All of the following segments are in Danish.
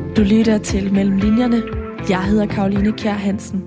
Du lytter til Mellem Linjerne. Jeg hedder Caroline Kjær Hansen.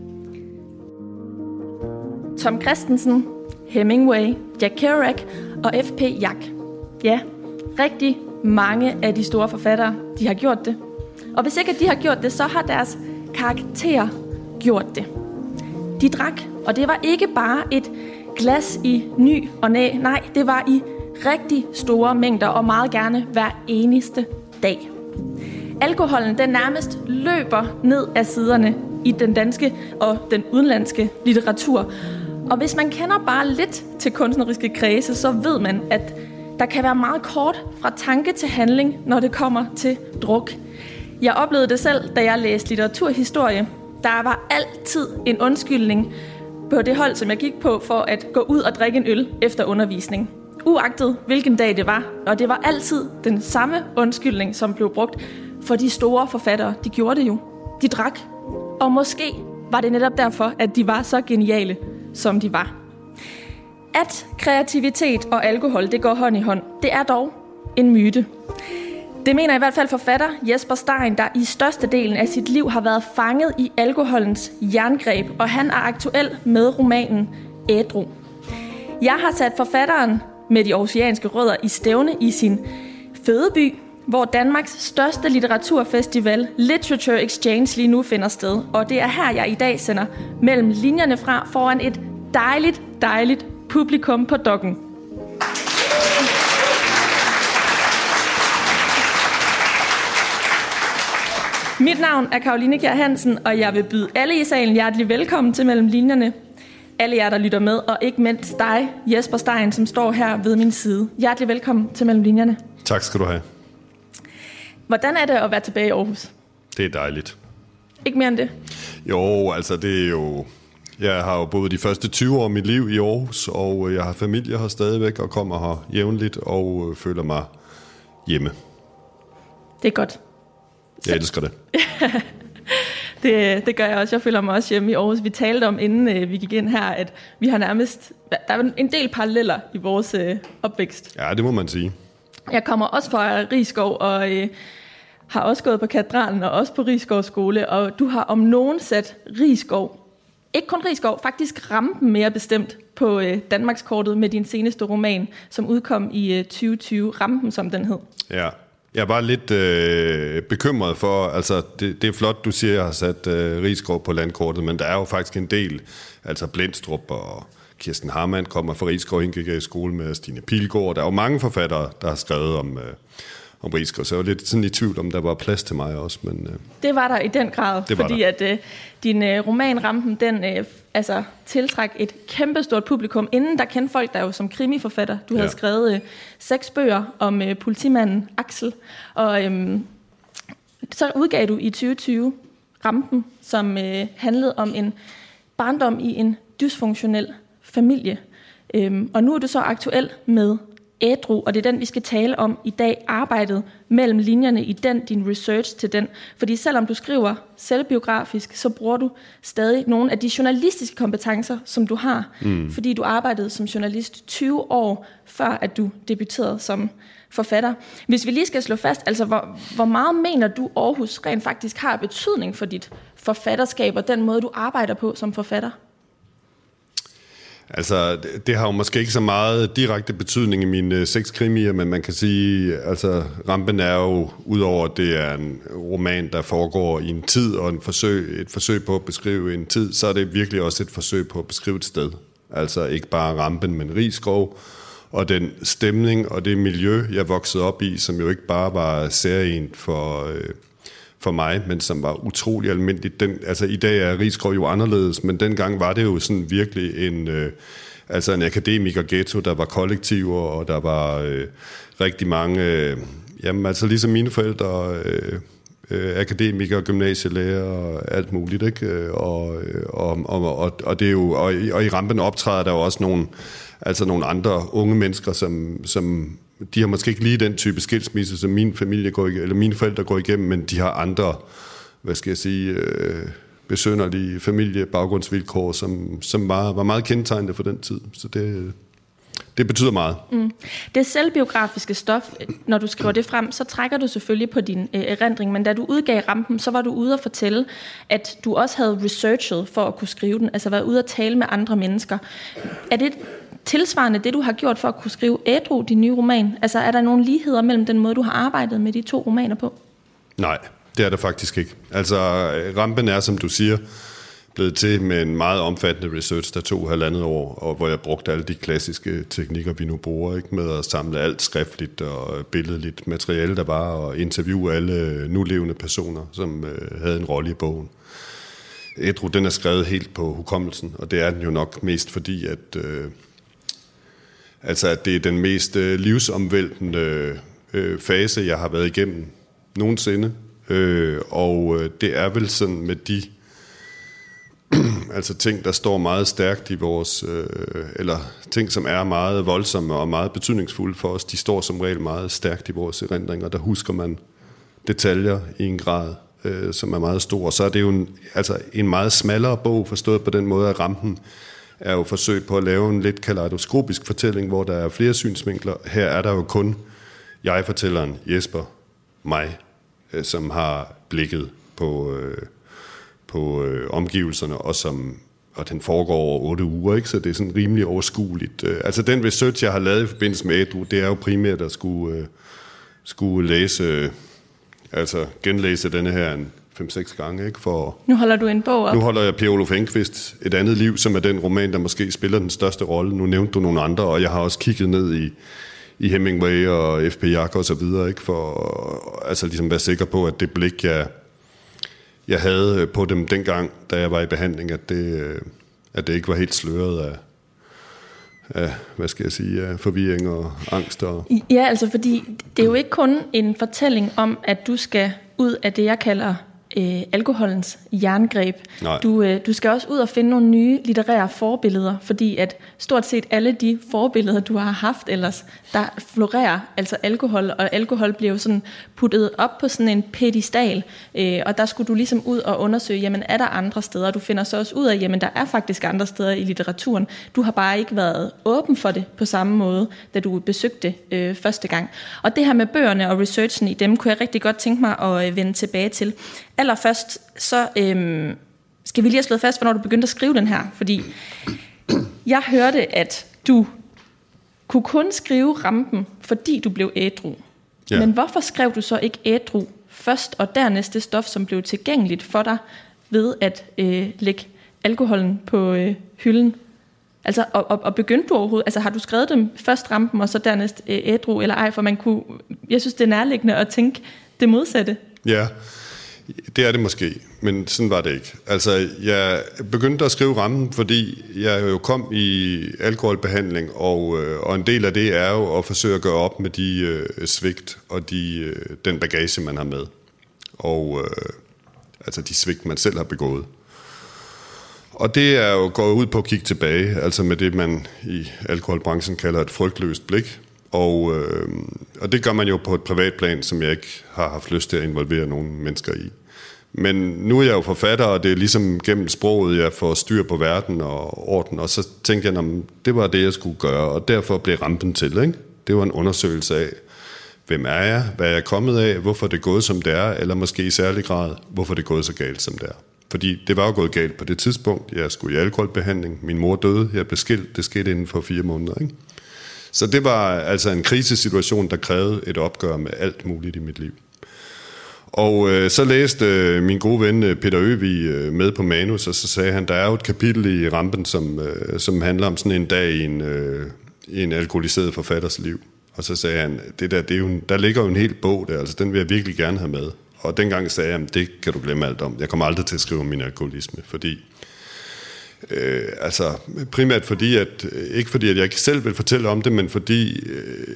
Tom Kristensen, Hemingway, Jack Kerouac og F.P. Jack. Ja, rigtig mange af de store forfattere, de har gjort det. Og hvis ikke de har gjort det, så har deres karakterer gjort det. De drak, og det var ikke bare et glas i ny og næ. Nej, det var i rigtig store mængder og meget gerne hver eneste dag. Alkoholen, den nærmest løber ned af siderne i den danske og den udenlandske litteratur. Og hvis man kender bare lidt til kunstneriske kredse, så ved man, at der kan være meget kort fra tanke til handling, når det kommer til druk. Jeg oplevede det selv, da jeg læste litteraturhistorie. Der var altid en undskyldning på det hold, som jeg gik på, for at gå ud og drikke en øl efter undervisning. Uagtet hvilken dag det var, og det var altid den samme undskyldning, som blev brugt for de store forfattere. De gjorde det jo. De drak. Og måske var det netop derfor, at de var så geniale, som de var. At kreativitet og alkohol, det går hånd i hånd, det er dog en myte. Det mener i hvert fald forfatter Jesper Stein, der i størstedelen af sit liv har været fanget i alkoholens jerngreb, og han er aktuel med romanen Ædru. Jeg har sat forfatteren med de oceanske rødder i stævne i sin fødeby, hvor Danmarks største litteraturfestival, Literature Exchange, lige nu finder sted. Og det er her, jeg i dag sender Mellem Linjerne fra foran et dejligt publikum på Dokken. Mit navn er Caroline Kjær Hansen, og jeg vil byde alle i salen hjertelig velkommen til Mellem Linjerne. Alle jer, der lytter med, og ikke mindst dig, Jesper Stein, som står her ved min side. Hjertelig velkommen til Mellem Linjerne. Tak skal du have. Hvordan er det at være tilbage i Aarhus? Det er dejligt. Ikke mere end det? Jo, altså det er jo... Jeg har jo boet de første 20 år af mit liv i Aarhus, og jeg har familie her stadigvæk, og kommer her jævnligt, og føler mig hjemme. Det er godt. Jeg elsker det. Det gør jeg også. Jeg føler mig også hjemme i Aarhus. Vi talte om, inden vi gik ind her, at vi har nærmest... Der er en del paralleller i vores opvækst. Ja, det må man sige. Jeg kommer også fra Risskov, og har også gået på katedralen, og også på Risskov skole. Og du har om nogen sat Risskov, ikke kun Risskov, faktisk Rampen mere bestemt på Danmarkskortet med din seneste roman, som udkom i 2020. Rampen, som den hed. Ja. Jeg var lidt bekymret for, altså det er flot, du siger, at jeg har sat Risskov på landkortet, men der er jo faktisk en del, altså Blendstrup og Kirsten Harman kommer fra Risskov, hende gik jeg i skole med Stine Pilgaard. Der er jo mange forfattere, der har skrevet om Risskov, så jeg var lidt sådan i tvivl, om der var plads til mig også. Men, det var der i den grad, fordi at din roman Rampen, den tiltræk et kæmpestort publikum. Inden der kendte folk der jo som krimiforfatter. Du havde skrevet 6 bøger om politimanden Axel, og så udgav du i 2020 Rampen, som handlede om en barndom i en dysfunktionel familie. Og nu er du så aktuel med Ædru, og det er den, vi skal tale om i dag, arbejdet mellem linjerne i din research til den. Fordi selvom du skriver selvbiografisk, så bruger du stadig nogle af de journalistiske kompetencer, som du har. Fordi du arbejdede som journalist 20 år, før at du debuterede som forfatter. Hvis vi lige skal slå fast, altså hvor meget mener du, Aarhus rent faktisk har betydning for dit forfatterskab og den måde, du arbejder på som forfatter? Altså, det har jo måske ikke så meget direkte betydning i mine 6 krimier, men man kan sige, altså Rampen er jo, udover at det er en roman, der foregår i en tid, og et forsøg på at beskrive en tid, så er det virkelig også et forsøg på at beskrive et sted. Altså ikke bare Rampen, men Risskov, og den stemning og det miljø, jeg voksede op i, som jo ikke bare var særligt for mig, men som var utrolig almindeligt. Altså i dag er Risskov jo anderledes, men dengang var det jo sådan virkelig en akademiker-ghetto, der var kollektiver, og der var rigtig mange, altså ligesom mine forældre, akademikere, gymnasielærer og alt muligt, ikke? Og det er jo, og i Rampen optræder der jo også nogle andre unge mennesker, som de har måske ikke lige den type skilsmisse, som min familie eller mine forældre går igennem, men de har andre, besynderlige familiebaggrundsvilkår, som var meget kendetegnende for den tid. Så det betyder meget. Det selvbiografiske stof, når du skriver det frem, så trækker du selvfølgelig på din erindring, men da du udgav Rampen, så var du ude at fortælle, at du også havde researchet for at kunne skrive den, altså været ude at tale med andre mennesker. Er det tilsvarende det, du har gjort for at kunne skrive ædru, din nye roman? Altså er der nogle ligheder mellem den måde, du har arbejdet med de 2 romaner på? Nej, det er der faktisk ikke. Altså Rampen er, som du siger, blevet til med en meget omfattende research, der tog 1,5 år, og hvor jeg brugte alle de klassiske teknikker, vi nu bruger, ikke, med at samle alt skriftligt og billedligt materiale, der var, og interviewe alle nulevende personer, som havde en rolle i bogen. Ædru, den er skrevet helt på hukommelsen, og det er den jo nok mest fordi, at at det er den mest livsomvæltende fase, jeg har været igennem nogensinde, og det er vel sådan med de altså ting, der står meget stærkt i vores, eller ting, som er meget voldsomme og meget betydningsfulde for os, de står som regel meget stærkt i vores erindringer. Der husker man detaljer i en grad, som er meget stor. Så er det jo en meget smallere bog, forstået på den måde, at Rampen er jo forsøg på at lave en lidt kaleidoskopisk fortælling, hvor der er flere synsvinkler. Her er der jo kun jeg-fortælleren Jesper, mig, som har blikket på omgivelserne, og den foregår over 8 uger, ikke? Så det er sådan rimelig overskueligt. Altså den research, jeg har lavet i forbindelse med ædru, det er jo primært at skulle læse, genlæse denne her 5-6 gange, ikke? For nu holder du en bog op. Nu holder jeg Per Olof Enquist, Et andet liv, som er den roman, der måske spiller den største rolle. Nu nævnte du nogle andre, og jeg har også kigget ned i Hemingway og F.P. Jack og så videre, ikke? For ligesom være sikker på, at det blik, jeg havde på dem dengang, da jeg var i behandling, at det ikke var helt sløret af forvirring og angst. Ja, altså fordi det er jo ikke kun en fortælling om, at du skal ud af det, jeg kalder alkoholens jerngreb. Du skal også ud og finde nogle nye litterære forbilleder, fordi at stort set alle de forbilleder, du har haft ellers, der florerer altså alkohol, og alkohol bliver jo sådan puttet op på sådan en pedestal, og der skulle du ligesom ud og undersøge, jamen er der andre steder? Du finder så også ud af, jamen der er faktisk andre steder i litteraturen. Du har bare ikke været åben for det på samme måde, da du besøgte det første gang. Og det her med bøgerne og researchen i dem, kunne jeg rigtig godt tænke mig at vende tilbage til. Allerførst, så skal vi lige have slået fast, hvornår du begyndte at skrive den her. Fordi jeg hørte, at du kunne kun skrive Rampen, fordi du blev ædru. Ja. Men hvorfor skrev du så ikke ædru først, og dernæst det stof, som blev tilgængeligt for dig, ved at lægge alkoholen på hylden? Altså, og begyndte du overhovedet, altså har du skrevet dem først Rampen, og så dernæst ædru, eller ej? For jeg synes, det er nærliggende at tænke det modsatte. Ja, det er det måske, men sådan var det ikke. Altså, jeg begyndte at skrive Rampen, fordi jeg jo kom i alkoholbehandling, og en del af det er jo at forsøge at gøre op med de svigt og den bagage, man har med. Og de svigt, man selv har begået. Og det er jo gået ud på at kigge tilbage, altså med det, man i alkoholbranchen kalder et frygtløst blik. Og det gør man jo på et privat plan, som jeg ikke har haft lyst til at involvere nogen mennesker i. Men nu er jeg jo forfatter, og det er ligesom gennem sproget, jeg får styr på verden og orden. Og så tænkte jeg, det var det, jeg skulle gøre, og derfor blev Rampen til, ikke? Det var en undersøgelse af, hvem er jeg, hvad er jeg kommet af, hvorfor det er gået, som det er, eller måske i særlig grad, hvorfor det er gået så galt, som det er. Fordi det var jo gået galt på det tidspunkt. Jeg skulle i alkoholbehandling, min mor døde, jeg blev skilt, det skete inden for 4 måneder, ikke? Så det var altså en krisesituation, der krævede et opgør med alt muligt i mit liv. Og så læste min gode ven Peter Øvig med på manus, og så sagde han, der er jo et kapitel i Rampen, som handler om sådan en dag i en alkoholiseret forfatters liv. Og så sagde han, der ligger jo en hel bog der, altså den vil jeg virkelig gerne have med. Og dengang sagde jeg, det kan du glemme alt om. Jeg kommer aldrig til at skrive om min alkoholisme, fordi primært fordi, ikke fordi, at jeg ikke selv vil fortælle om det, men fordi,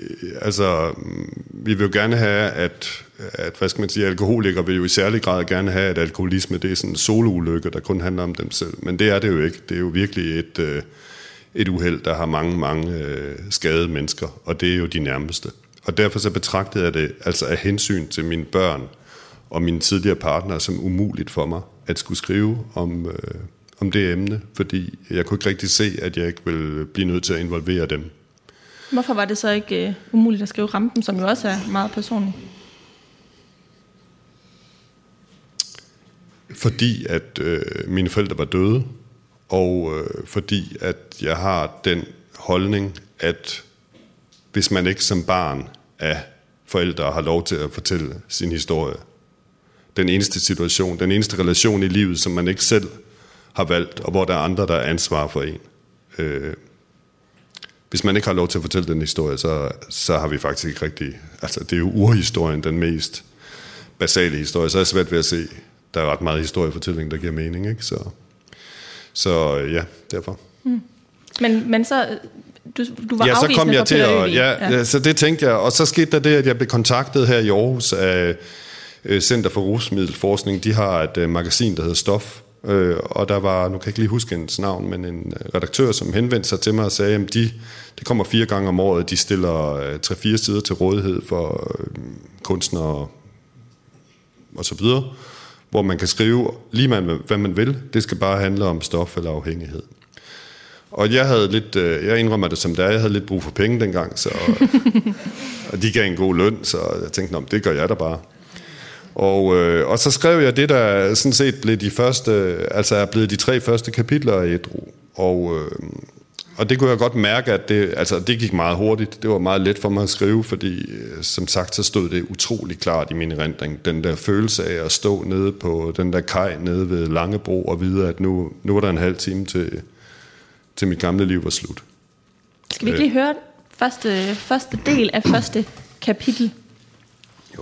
vi vil jo gerne have, at alkoholikere vil jo i særlig grad gerne have, at alkoholisme, det er sådan en soloulykke, der kun handler om dem selv. Men det er det jo ikke. Det er jo virkelig et uheld, der har mange skadede mennesker, og det er jo de nærmeste. Og derfor så betragtede jeg det altså af hensyn til mine børn og mine tidligere partnere som umuligt for mig at skulle skrive om det emne, fordi jeg kunne ikke rigtig se, at jeg ikke ville blive nødt til at involvere dem. Hvorfor var det så ikke umuligt at skrive Rampen, som jo også er meget personlig? Fordi at mine forældre var døde, og fordi at jeg har den holdning, at hvis man ikke som barn af forældre har lov til at fortælle sin historie, den eneste situation, den eneste relation i livet, som man ikke selv har valgt, og hvor der er andre, der er ansvar for en. Hvis man ikke har lov til at fortælle den historie, så har vi faktisk ikke rigtig... Altså, det er jo urhistorien, den mest basale historie, så er det svært ved at se. Der er ret meget historiefortælling, der giver mening, ikke? Så ja, derfor. Men så... Du var så kom jeg til at... Ja, så det tænkte jeg. Og så skete der det, at jeg blev kontaktet her i Aarhus af Center for Rusmiddelforskning. De har et magasin, der hedder Stof. Og der var, nu kan jeg ikke lige huske hendes navn, men en redaktør, som henvendte sig til mig og sagde, at det kommer 4 gange om året, de stiller 3-4 sider til rådighed for kunstnere og så videre, hvor man kan skrive lige hvad man vil. Det skal bare handle om stof eller afhængighed. Og jeg havde lidt, jeg indrømmer det som det er, jeg havde lidt brug for penge dengang, så, og de gav en god løn, så jeg tænkte, det gør jeg da bare. Og så skrev jeg det, der sådan set blev de første, altså er blevet de 3 første kapitler af Ædru. Og det kunne jeg godt mærke, at det gik meget hurtigt. Det var meget let for mig at skrive, fordi som sagt, så stod det utrolig klart i min erindring. Den der følelse af at stå nede på den der kaj nede ved Langebro og vide, at nu var der en halv time til mit gamle liv var slut. Skal vi ikke lige høre første del af første kapitel? Jo.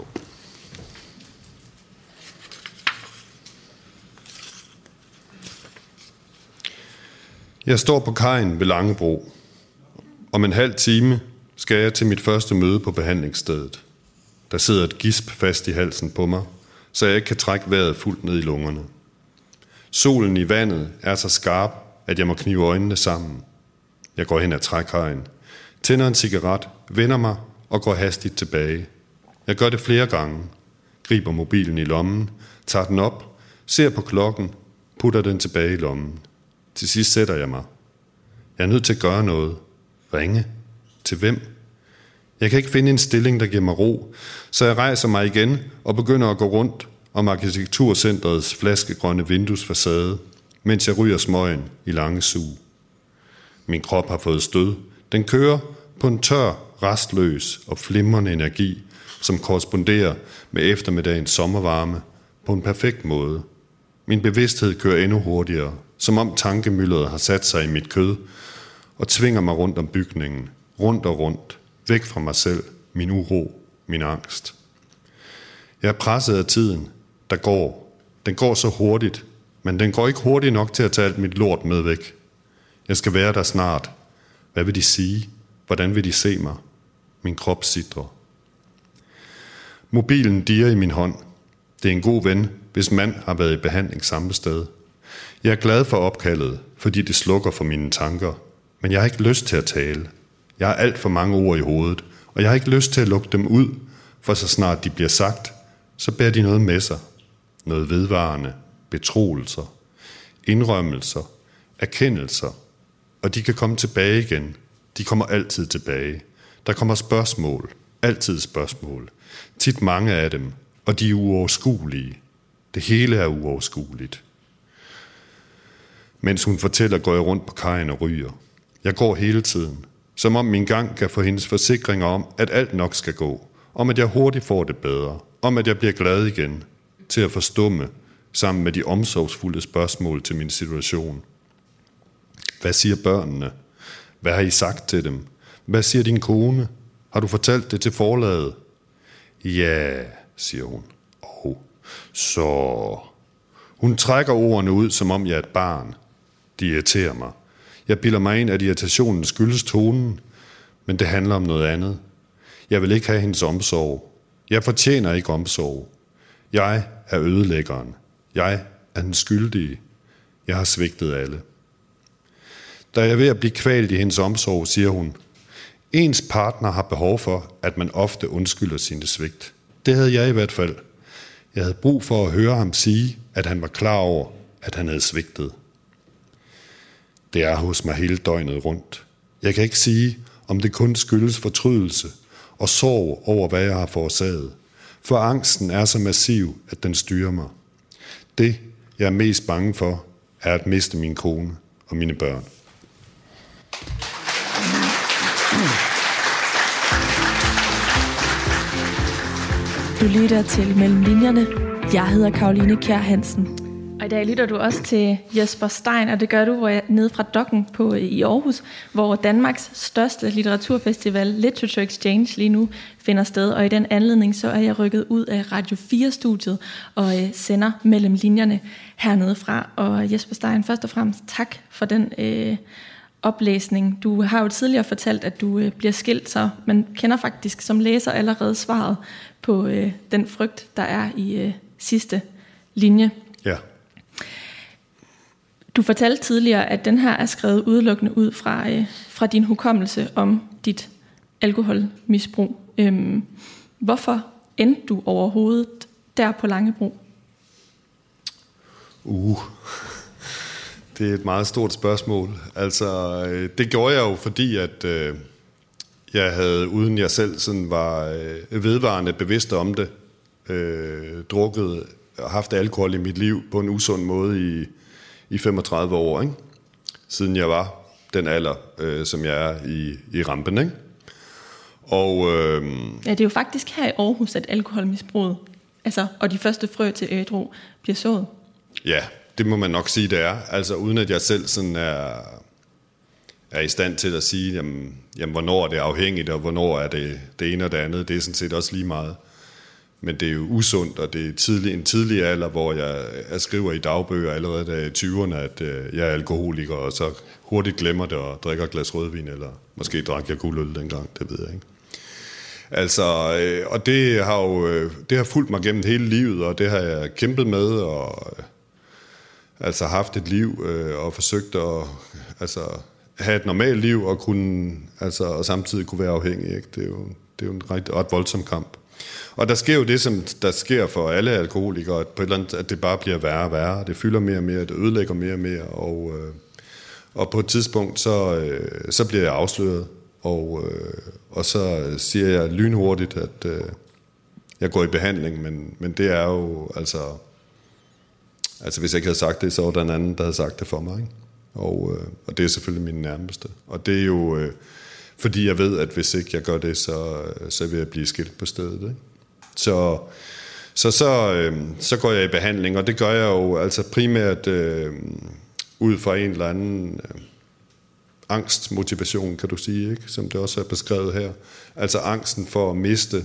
Jeg står på kajen ved Langebro. Om en halv time skal jeg til mit første møde på behandlingsstedet. Der sidder et gisp fast i halsen på mig, så jeg ikke kan trække vejret fuldt ned i lungerne. Solen i vandet er så skarp, at jeg må knive øjnene sammen. Jeg går hen ad trækajen, tænder en cigaret, vender mig og går hastigt tilbage. Jeg gør det flere gange, griber mobilen i lommen, tager den op, ser på klokken, putter den tilbage i lommen. Til sidst sætter jeg mig. Jeg er nødt til at gøre noget. Ringe. Til hvem? Jeg kan ikke finde en stilling, der giver mig ro, så jeg rejser mig igen og begynder at gå rundt om Arkitekturcenterets flaskegrønne vinduesfacade, mens jeg ryger smøgen i lange sug. Min krop har fået stød. Den kører på en tør, rastløs og flimrende energi, som korresponderer med eftermiddagens sommervarme på en perfekt måde. Min bevidsthed kører endnu hurtigere, som om tankemyldret har sat sig i mit kød og tvinger mig rundt om bygningen, rundt og rundt, væk fra mig selv, min uro, min angst. Jeg er presset af tiden, der går. Den går så hurtigt, men den går ikke hurtigt nok til at tage alt mit lort med væk. Jeg skal være der snart. Hvad vil de sige? Hvordan vil de se mig? Min krop sidrer. Mobilen dirrer i min hånd. Det er en god ven, hvis mand har været i behandling samme sted. Jeg er glad for opkaldet, fordi det slukker for mine tanker. Men jeg har ikke lyst til at tale. Jeg har alt for mange ord i hovedet, og jeg har ikke lyst til at lukke dem ud, for så snart de bliver sagt, så bærer de noget med sig. Noget vedvarende, betroelser, indrømmelser, erkendelser, og de kan komme tilbage igen. De kommer altid tilbage. Der kommer spørgsmål, altid spørgsmål. Tit mange af dem, og de er uoverskuelige. Det hele er uoverskueligt. Mens hun fortæller, går jeg rundt på kajen og ryger. Jeg går hele tiden, som om min gang kan få hendes forsikringer om, at alt nok skal gå, om at jeg hurtigt får det bedre, om at jeg bliver glad igen, til at forstumme, sammen med de omsorgsfulde spørgsmål til min situation. Hvad siger børnene? Hvad har I sagt til dem? Hvad siger din kone? Har du fortalt det til forlaget? Ja, siger hun. Så... Hun trækker ordene ud, som om jeg er et barn. De irriterer mig. Jeg bilder mig ind, at irritationen skyldes tonen, men det handler om noget andet. Jeg vil ikke have hendes omsorg. Jeg fortjener ikke omsorg. Jeg er ødelæggeren. Jeg er den skyldige. Jeg har svigtet alle. Da jeg er ved at blive kvalt i hendes omsorg, siger hun, ens partner har behov for, at man ofte undskylder sine svigt. Det havde jeg i hvert fald. Jeg havde brug for at høre ham sige, at han var klar over, at han havde svigtet. Det er hos mig hele døgnet rundt. Jeg kan ikke sige, om det kun skyldes fortrydelse og sorg over, hvad jeg har forårsaget. For angsten er så massiv, at den styrer mig. Det, jeg er mest bange for, er at miste min kone og mine børn. Du lytter til Mellem Linjerne. Jeg hedder Caroline Kjær Hansen. Og i dag lytter du også til Jesper Stein, og det gør du nede fra Dokken i Aarhus, hvor Danmarks største litteraturfestival, Literature Exchange, lige nu finder sted. Og i den anledning så er jeg rykket ud af Radio 4-studiet og sender Mellem Linjerne hernede fra. Og Jesper Stein, først og fremmest tak for den oplæsning. Du har jo tidligere fortalt, at du bliver skilt, så man kender faktisk som læser allerede svaret på den frygt, der er i sidste linje. Ja. Du fortalte tidligere, at den her er skrevet udelukkende ud fra din hukommelse om dit alkoholmisbrug. Hvorfor endte du overhovedet der på Langebro? Det er et meget stort spørgsmål. Altså, det gjorde jeg jo, fordi at jeg havde, uden jeg selv sådan var vedvarende bevidst om det, drukket og haft alkohol i mit liv på en usund måde i 35 år, ikke? Siden jeg var den alder, som jeg er i rampen, ikke? Og ja, det er jo faktisk her i Aarhus, at alkoholmisbruget, og de første frø til ædru bliver sået. Ja, det må man nok sige, det er. Altså uden at jeg selv sådan er i stand til at sige, jamen hvornår er det afhængigt, og hvornår er det ene og det andet. Det er sådan set også lige meget. Men det er jo usundt, og det er en tidlig alder, hvor jeg skriver i dagbøger allerede der i 20'erne, at jeg er alkoholiker, og så hurtigt glemmer det og drikker et glas rødvin, eller måske drak jeg guldøl dengang, det ved jeg ikke. Altså, og det har fulgt mig gennem hele livet, og det har jeg kæmpet med, og altså haft et liv, og forsøgt at have et normalt liv, og kunne, og samtidig kunne være afhængig, ikke? Det er jo en ret voldsom kamp. Og der sker jo det, som der sker for alle alkoholikere, at på et eller andet, at det bare bliver værre og værre. Det fylder mere og mere, det ødelægger mere og mere, og på et tidspunkt, så bliver jeg afsløret, og så siger jeg lynhurtigt, at jeg går i behandling, men det er jo, altså hvis jeg ikke havde sagt det, så var der en anden, der havde sagt det for mig, ikke? Og det er selvfølgelig min nærmeste. Og det er jo, fordi jeg ved, at hvis ikke jeg gør det, så vil jeg blive skilt på stedet, ikke? Så går jeg i behandling, og det gør jeg jo altså primært ud fra en eller anden angstmotivation, kan du sige, ikke? Som det også er beskrevet her. Altså angsten for at miste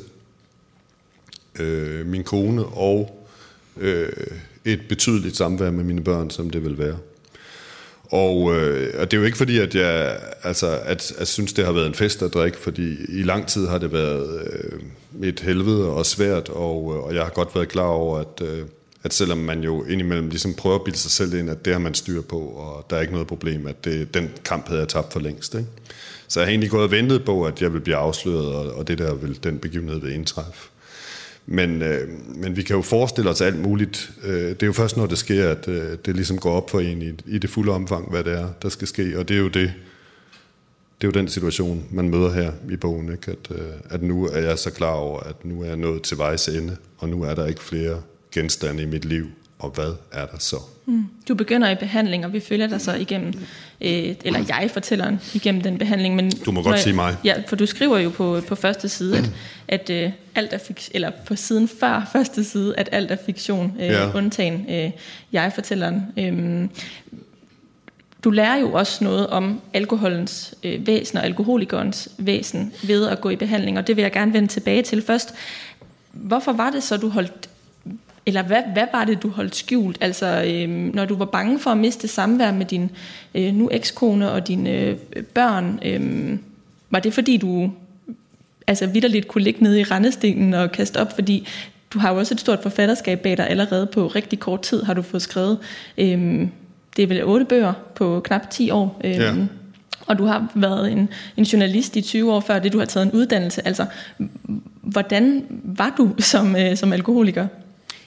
min kone og et betydeligt samvær med mine børn, som det vil være. Og det er jo ikke fordi, at jeg synes, det har været en fest at drikke, fordi i lang tid har det været et helvede og svært, og jeg har godt været klar over, at selvom man jo indimellem ligesom prøver at bilde sig selv ind, at det har man styr på, og der er ikke noget problem, at den kamp havde jeg tabt for længst, ikke? Så jeg har egentlig gået og ventet på, at jeg vil blive afsløret, og det der den begivenhed vil indtræffe. Men vi kan jo forestille os alt muligt. Det er jo først, når det sker, at det ligesom går op for en i det fulde omfang, hvad det er, der skal ske. Og det er jo det. Det er jo den situation, man møder her i bogen, ikke? At nu er jeg så klar over, at nu er jeg nået til vejs ende, og nu er der ikke flere genstande i mit liv. Og hvad er der så? Du begynder i behandling, og vi følger dig så igennem, eller jeg fortæller igennem den behandling. Men du må godt sige mig. Ja, for du skriver jo på første side, at alt er fiktion, eller på siden før første side, at alt er fiktion, undtagen jeg fortælleren. Du lærer jo også noget om alkoholens væsen og alkoholikernes væsen ved at gå i behandling, og det vil jeg gerne vende tilbage til først. Hvorfor var det så, du holdt, eller hvad var det, du holdt skjult? Altså, når du var bange for at miste samvær med din nu ekskone og dine børn, var det fordi du vitterligt kunne ligge nede i rendestenen og kaste op? Fordi du har jo også et stort forfatterskab bag dig allerede på rigtig kort tid, har du fået skrevet. Det er vel 8 bøger på knap 10 år. Og du har været en journalist i 20 år før det, du har taget en uddannelse. Altså, hvordan var du som alkoholiker?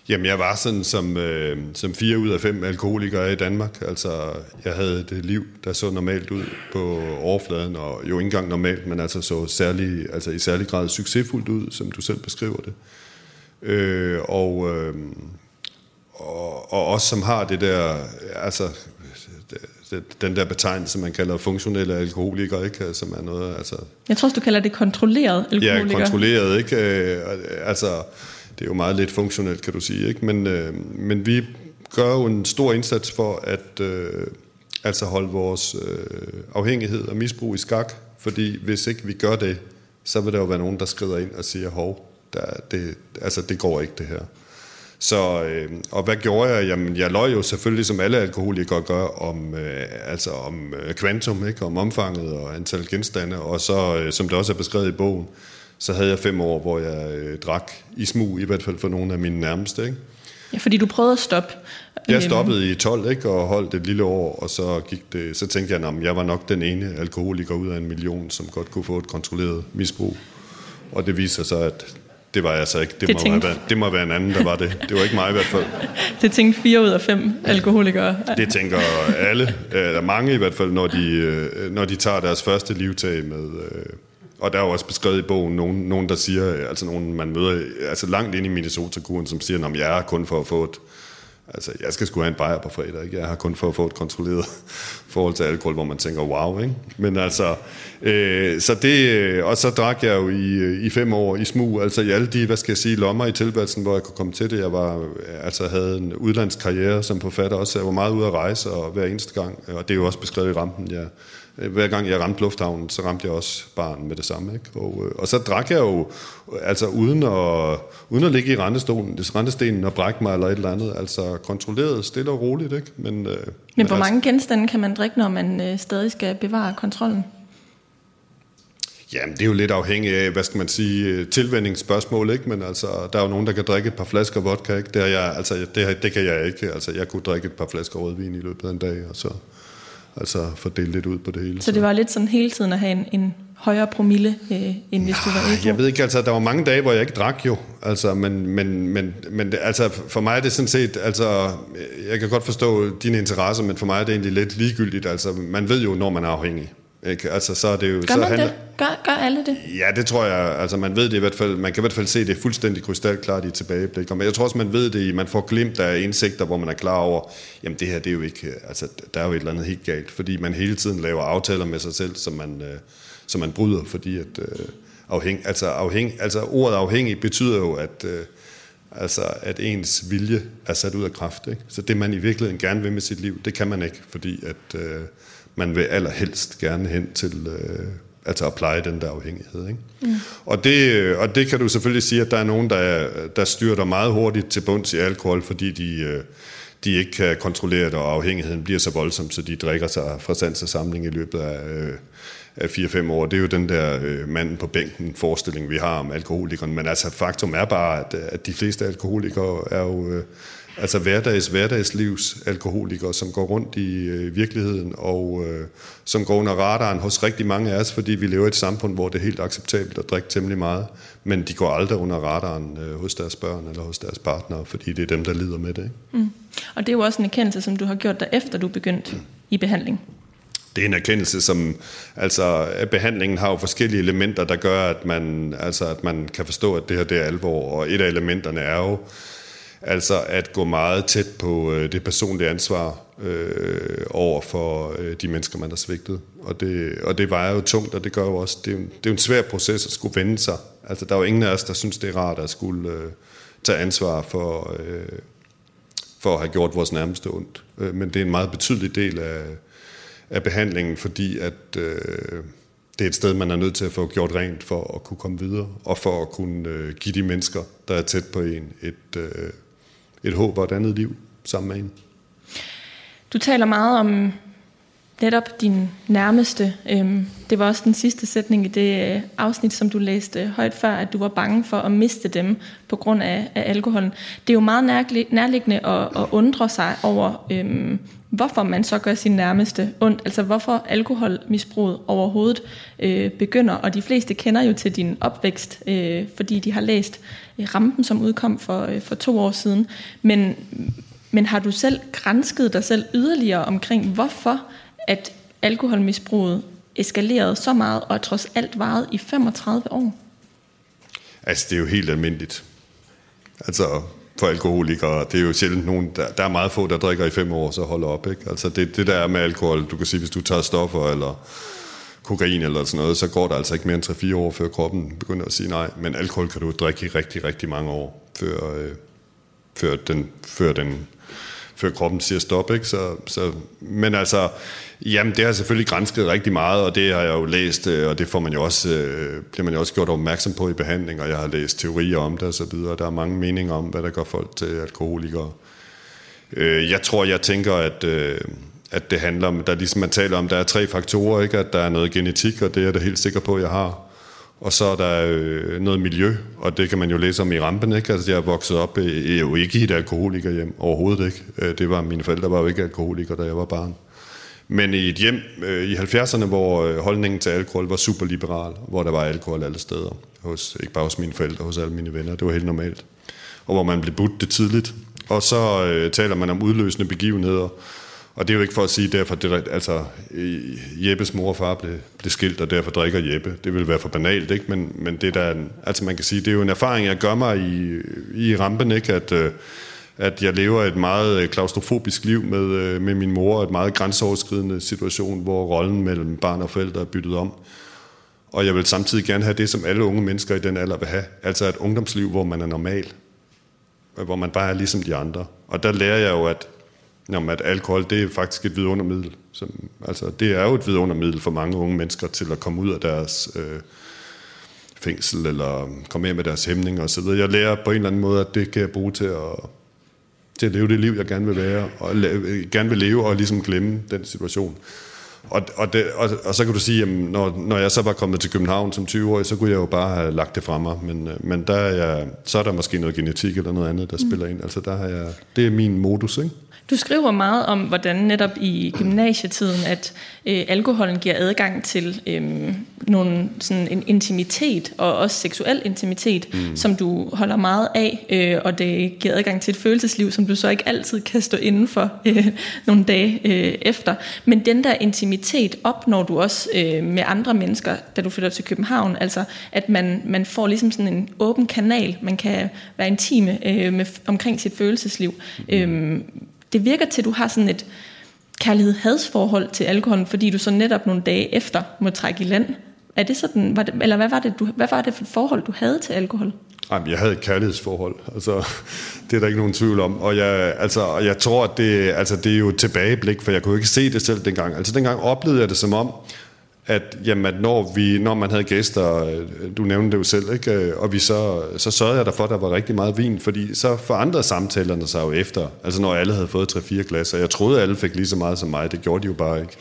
Jamen, jeg var sådan som 4 ud af 5 alkoholikere i Danmark. Altså, jeg havde et liv, der så normalt ud på overfladen, og jo ikke engang normalt, men altså så i særlig grad succesfuldt ud, som du selv beskriver det. Og også som har det der, altså den der betegnelse, man kalder funktionelle alkoholikere, ikke? Som er noget, altså... Jeg tror, du kalder det kontrolleret alkoholikere. Ja, kontrolleret, ikke? Altså, det er jo meget lidt funktionelt, kan du sige, ikke? Men vi gør jo en stor indsats for at holde vores afhængighed og misbrug i skak, fordi hvis ikke vi gør det, så vil der jo være nogen, der skrider ind og siger, hov, det går ikke det her. Så, og hvad gjorde jeg? Jamen, jeg løj jo selvfølgelig, som alle alkoholikere gør, om kvantum, ikke? Om omfanget og antal genstande, og så, som det også er beskrevet i bogen, så havde jeg 5 år, hvor jeg drak i smug, i hvert fald for nogle af mine nærmeste, ikke? Ja, fordi du prøvede at stoppe. Jeg stoppede i 12, ikke? Og holdt et lille år, og så tænkte jeg, at jeg var nok den ene alkoholiker ud af 1 million, som godt kunne få et kontrolleret misbrug. Og det viser sig, at det var jeg så ikke. Det må være en anden, der var det. Det var ikke mig i hvert fald. Det tænkte 4 ud af 5 alkoholikere. Det tænker alle. Der er mange i hvert fald, når de tager deres første livtag med... Og der er jo også beskrevet i bogen nogen der siger, altså nogen man møder altså langt ind i Minnesota-kuren, som siger, at jeg er kun for at få et... Altså, jeg skal sgu have en bajer på fredag, ikke? Jeg har kun for at få et kontrolleret forhold til alkohol, hvor man tænker, wow, ikke? Men altså, så det, og så drak jeg jo i 5 år i smug, altså i alle de, lommer i tilværelsen, hvor jeg kunne komme til det. Jeg havde en udlandskarriere som forfatter også, jeg var meget ude at rejse, og hver eneste gang, og det er jo også beskrevet i Rampen, hver gang jeg ramte lufthavnen, så ramte jeg også baren med det samme, ikke? Og så drak jeg jo, altså uden at ligge i rentestenen og brække mig eller et eller andet, altså kontrolleret, stille og roligt, ikke? Men hvor mange genstande kan man drikke, når man stadig skal bevare kontrollen? Jamen, det er jo lidt afhængigt af, tilvændingsspørgsmål, ikke? Men altså, der er jo nogen, der kan drikke et par flasker vodka, ikke? Det kan jeg ikke. Altså, jeg kunne drikke et par flasker rødvin i løbet af en dag, og så fordele lidt ud på det hele. Så det var lidt sådan hele tiden at have en højere promille, end hvis du var ædru? Jeg ved ikke, altså der var mange dage, hvor jeg ikke drak jo. Altså, men altså, for mig er det sådan set, altså, jeg kan godt forstå dine interesser, men for mig er det egentlig lidt ligegyldigt. Altså, man ved jo, når man er afhængig. Ikke? Altså, så er det jo... Gør man det? Gør alle det? Ja, det tror jeg. Altså, man ved det i hvert fald. Man kan i hvert fald se det fuldstændig krystalklart i tilbageblik. Men jeg tror også, man ved det man får glimt af indsigter, hvor man er klar over, jamen det her, det er jo ikke... Altså, der er jo et eller andet helt galt. Fordi man hele tiden laver aftaler med sig selv, som man bryder, fordi at... ordet afhængig betyder jo, at ens vilje er sat ud af kraft. Ikke? Så det, man i virkeligheden gerne vil med sit liv, det kan man ikke, fordi at... man vil allerhelst gerne hen til at pleje den der afhængighed. Ikke? Mm. Og det kan du selvfølgelig sige, at der er nogen, der styrter meget hurtigt til bunds i alkohol, fordi de ikke kan kontrollere det, og afhængigheden bliver så voldsom, så de drikker sig fra sans og samling i løbet af 4-5 år. Det er jo den der manden på bænken forestilling, vi har om alkoholikeren. Men altså faktum er bare, at de fleste alkoholikere er jo... Altså hverdagslivs alkoholikere, som går rundt i virkeligheden, og som går under radaren hos rigtig mange af os, fordi vi lever i et samfund, hvor det er helt acceptabelt at drikke temmelig meget, men de går aldrig under radaren hos deres børn eller hos deres partnere, fordi det er dem, der lider med det. Ikke? Mm. Og det er jo også en erkendelse, som du har gjort dig efter du begyndte i behandling. Det er en erkendelse, som, altså behandlingen har jo forskellige elementer, der gør, at man kan forstå, at det her det er alvor, og et af elementerne er jo, altså at gå meget tæt på det personlige ansvar over for de mennesker, man har svigtet. Og det vejer jo tungt, og det gør jo også, det er jo en svær proces at skulle vende sig. Altså der er jo ingen af os, der synes, det er rart at skulle tage ansvar for at have gjort vores nærmeste ondt. Men det er en meget betydelig del af behandlingen, fordi at det er et sted, man er nødt til at få gjort rent for at kunne komme videre, og for at kunne give de mennesker, der er tæt på en, et håb og et andet liv sammen med en. Du taler meget om netop din nærmeste. Det var også den sidste sætning i det afsnit, som du læste højt før, at du var bange for at miste dem på grund af alkoholen. Det er jo meget nærliggende at undre sig over, hvorfor man så gør sin nærmeste ondt, altså hvorfor alkoholmisbruget overhovedet begynder, og de fleste kender jo til din opvækst, fordi de har læst Rampen, som udkom for 2 år siden, men har du selv gransket dig selv yderligere omkring, hvorfor at alkoholmisbruget eskalerede så meget, og trods alt varede i 35 år? Altså, det er jo helt almindeligt. Altså, for alkoholikere, det er jo sjældent nogen, der er meget få, der drikker i 5 år, så holder op, ikke? Altså, det der er med alkohol, du kan sige, hvis du tager stoffer, eller kokain, eller sådan noget, så går der altså ikke mere end 3-4 år, før kroppen begynder at sige nej. Men alkohol kan du drikke i rigtig, rigtig mange år, før kroppen siger stop, ikke? Men altså, jamen, det har jeg selvfølgelig gransket rigtig meget, og det har jeg jo læst, og det får man jo også, bliver man jo også gjort opmærksom på i behandling, og jeg har læst teorier om det og så videre. Der er mange meninger om, hvad der gør folk til alkoholikere. Jeg tænker, at det handler om, der ligesom man taler om, der er 3 faktorer, ikke? At der er noget genetik, og det er jeg da helt sikker på, at jeg har. Og så er der noget miljø, og det kan man jo læse om i Rampen, ikke? Altså, jeg er vokset op jo ikke i et alkoholikerhjem, overhovedet ikke. Mine forældre var jo ikke alkoholikere, da jeg var barn. Men i et hjem i 70'erne, hvor holdningen til alkohol var super liberal, hvor der var alkohol alle steder. Ikke bare hos mine forældre, hos alle mine venner. Det var helt normalt. Og hvor man blev budt det tidligt. Og så taler man om udløsende begivenheder. Og det er jo ikke for at sige, derfor Jeppes mor og far blev skilt, og derfor drikker Jeppe. Det vil være for banalt, ikke? Men det der, altså man kan sige, det er jo en erfaring, jeg gør mig i Rampen, ikke? At jeg lever et meget klaustrofobisk liv med min mor, et meget grænseoverskridende situation, hvor rollen mellem barn og forældre er byttet om. Og jeg vil samtidig gerne have det, som alle unge mennesker i den alder vil have. Altså et ungdomsliv, hvor man er normal. Hvor man bare er ligesom de andre. Og der lærer jeg jo, at alkohol, det er faktisk et vidundermiddel. Det er jo et vidundermiddel for mange unge mennesker til at komme ud af deres fængsel, eller komme af med deres hæmninger og så videre. Jeg lærer på en eller anden måde, at det kan jeg bruge til at leve det liv, jeg gerne vil være, og gerne vil leve, og ligesom glemme den situation. Og så kan du sige, at når jeg så var kommet til København som 20-årig, så kunne jeg jo bare have lagt det fra mig, men så er der måske noget genetik eller noget andet, der spiller ind. Altså det er min modus, ikke? Du skriver meget om, hvordan netop i gymnasietiden, at alkoholen giver adgang til sådan en intimitet, og også seksuel intimitet, som du holder meget af, og det giver adgang til et følelsesliv, som du så ikke altid kan stå inden for nogle dage efter. Men den der intimitet opnår du også med andre mennesker, da du flytter til København, altså at man får ligesom sådan en åben kanal, man kan være intime omkring sit følelsesliv. Det virker til, at du har sådan et kærlighed-hadsforhold til alkoholen, fordi du så netop nogle dage efter må trække i land. Er det sådan, eller hvad var det for et forhold, du havde til alkohol? Jamen, jeg havde et kærlighedsforhold. Altså, det er der ikke nogen tvivl om. Og jeg tror, at det er jo et tilbageblik, for jeg kunne ikke se det selv dengang. Altså, dengang oplevede jeg det som om, at når man havde gæster, du nævnte det jo selv, ikke? Og vi så sørgede jeg derfor, at der var rigtig meget vin, fordi så forandrede samtalerne sig jo efter, altså når alle havde fået 3-4 glas, og jeg troede, at alle fik lige så meget som mig, det gjorde de jo bare ikke.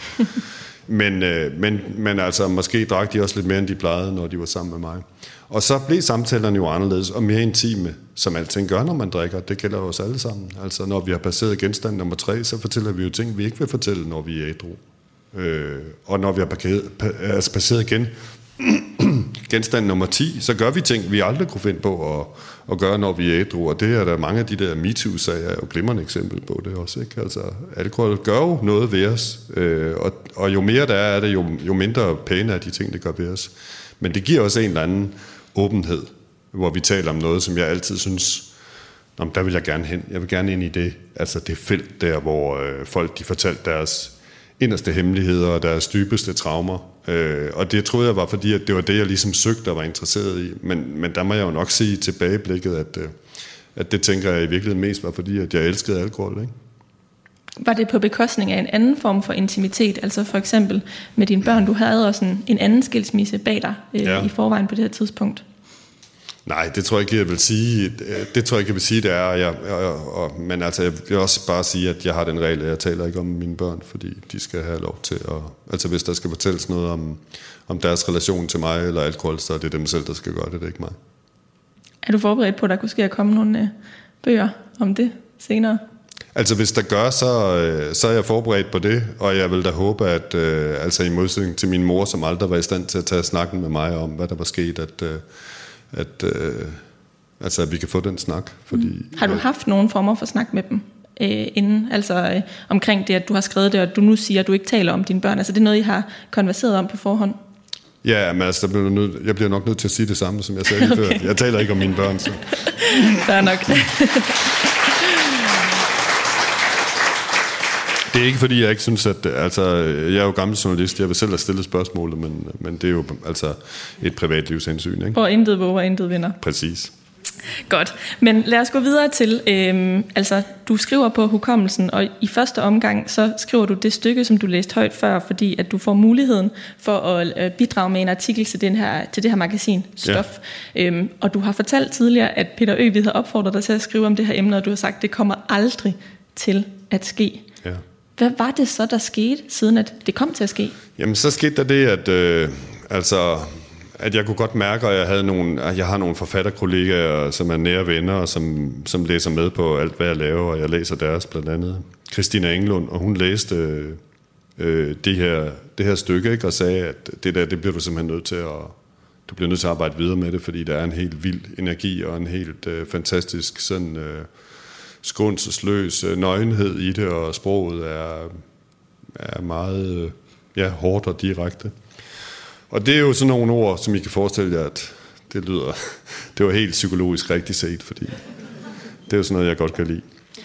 Men altså, måske drak de også lidt mere, end de plejede, når de var sammen med mig. Og så blev samtalerne jo anderledes og mere intime, som alting gør, når man drikker. Det gælder os alle sammen. Altså, når vi har passeret genstand nummer 3, så fortæller vi jo ting, vi ikke vil fortælle, når vi er ædru. Og når vi har passeret genstand nummer 10, så gør vi ting, vi aldrig kunne finde på at gøre, når vi er ædru. Og det er der mange af de der MeToo-sager, er jo glimrende eksempel på det også, ikke? Altså, alkohol gør jo noget ved os, og jo mere der er det, jo mindre pæne er de ting, det gør ved os. Men det giver også en eller anden åbenhed, hvor vi taler om noget, som jeg altid synes, der vil jeg gerne hen. Jeg vil gerne ind i det, altså det felt der, hvor folk de fortalte deres inderste hemmeligheder og deres dybeste traumer. Og det troede jeg var, fordi at det var det, jeg ligesom søgte og var interesseret i. Men der må jeg jo nok sige tilbageblikket, at det tænker jeg i virkeligheden mest var, fordi at jeg elskede alkohol, ikke? Var det på bekostning af en anden form for intimitet? Altså for eksempel med dine børn, du havde også en anden skilsmisse bag dig i forvejen på det her tidspunkt. Nej, det tror jeg ikke, jeg vil sige. Det tror jeg ikke, jeg vil sige, det er. Men altså, jeg vil også bare sige, at jeg har den regel, at jeg taler ikke om mine børn, fordi de skal have lov til at... Altså, hvis der skal fortælles noget om deres relation til mig eller alkohol, så er det dem selv, der skal gøre det, det er ikke mig. Er du forberedt på, at der kunne ske at komme nogle bøger om det senere? Altså hvis der gør, så er jeg forberedt på det, og jeg vil da håbe, at altså i modsætning til min mor, som aldrig var i stand til at tage snakken med mig om, hvad der var sket, at vi kan få den snak. Fordi, Har du haft nogen former for snak med dem inden, altså omkring det, at du har skrevet det, og du nu siger, at du ikke taler om dine børn? Altså det er noget, I har konverseret om på forhånd? Ja, men altså, jeg bliver nok nødt til at sige det samme, som jeg sagde lige før. Jeg taler ikke om mine børn, så. Fair nok. Det er ikke fordi, jeg ikke synes, at... Altså, jeg er jo gammel journalist, jeg vil selv have stillet spørgsmålet, men det er jo altså et privatlivshensyn, ikke? Og intet våger, intet vinder. Præcis. Godt, men lad os gå videre til, altså du skriver på hukommelsen, og i første omgang så skriver du det stykke, som du læste højt før, fordi at du får muligheden for at bidrage med en artikel til det her magasin Stof. Ja. Og du har fortalt tidligere, at Peter Øvig havde opfordret dig til at skrive om det her emne, og du har sagt, at det kommer aldrig til at ske. Ja. Hvad var det så, der skete, siden at det kom til at ske? Jamen så skete der det, at jeg kunne godt mærke, at jeg har nogle forfatterkollegaer, som er nære venner, og som læser med på alt, hvad jeg laver, og jeg læser deres, blandt andet Christina Englund, og hun læste det her stykke, ikke, og sagde, at det bliver du simpelthen nødt til at arbejde videre med det, fordi der er en helt vild energi og en helt fantastisk sådan skånselsløs nøgenhed i det, og sproget er meget hårdt og direkte. Og det er jo sådan nogle ord, som I kan forestille jer, at det var helt psykologisk rigtigt set, fordi det er jo sådan noget, jeg godt kan lide.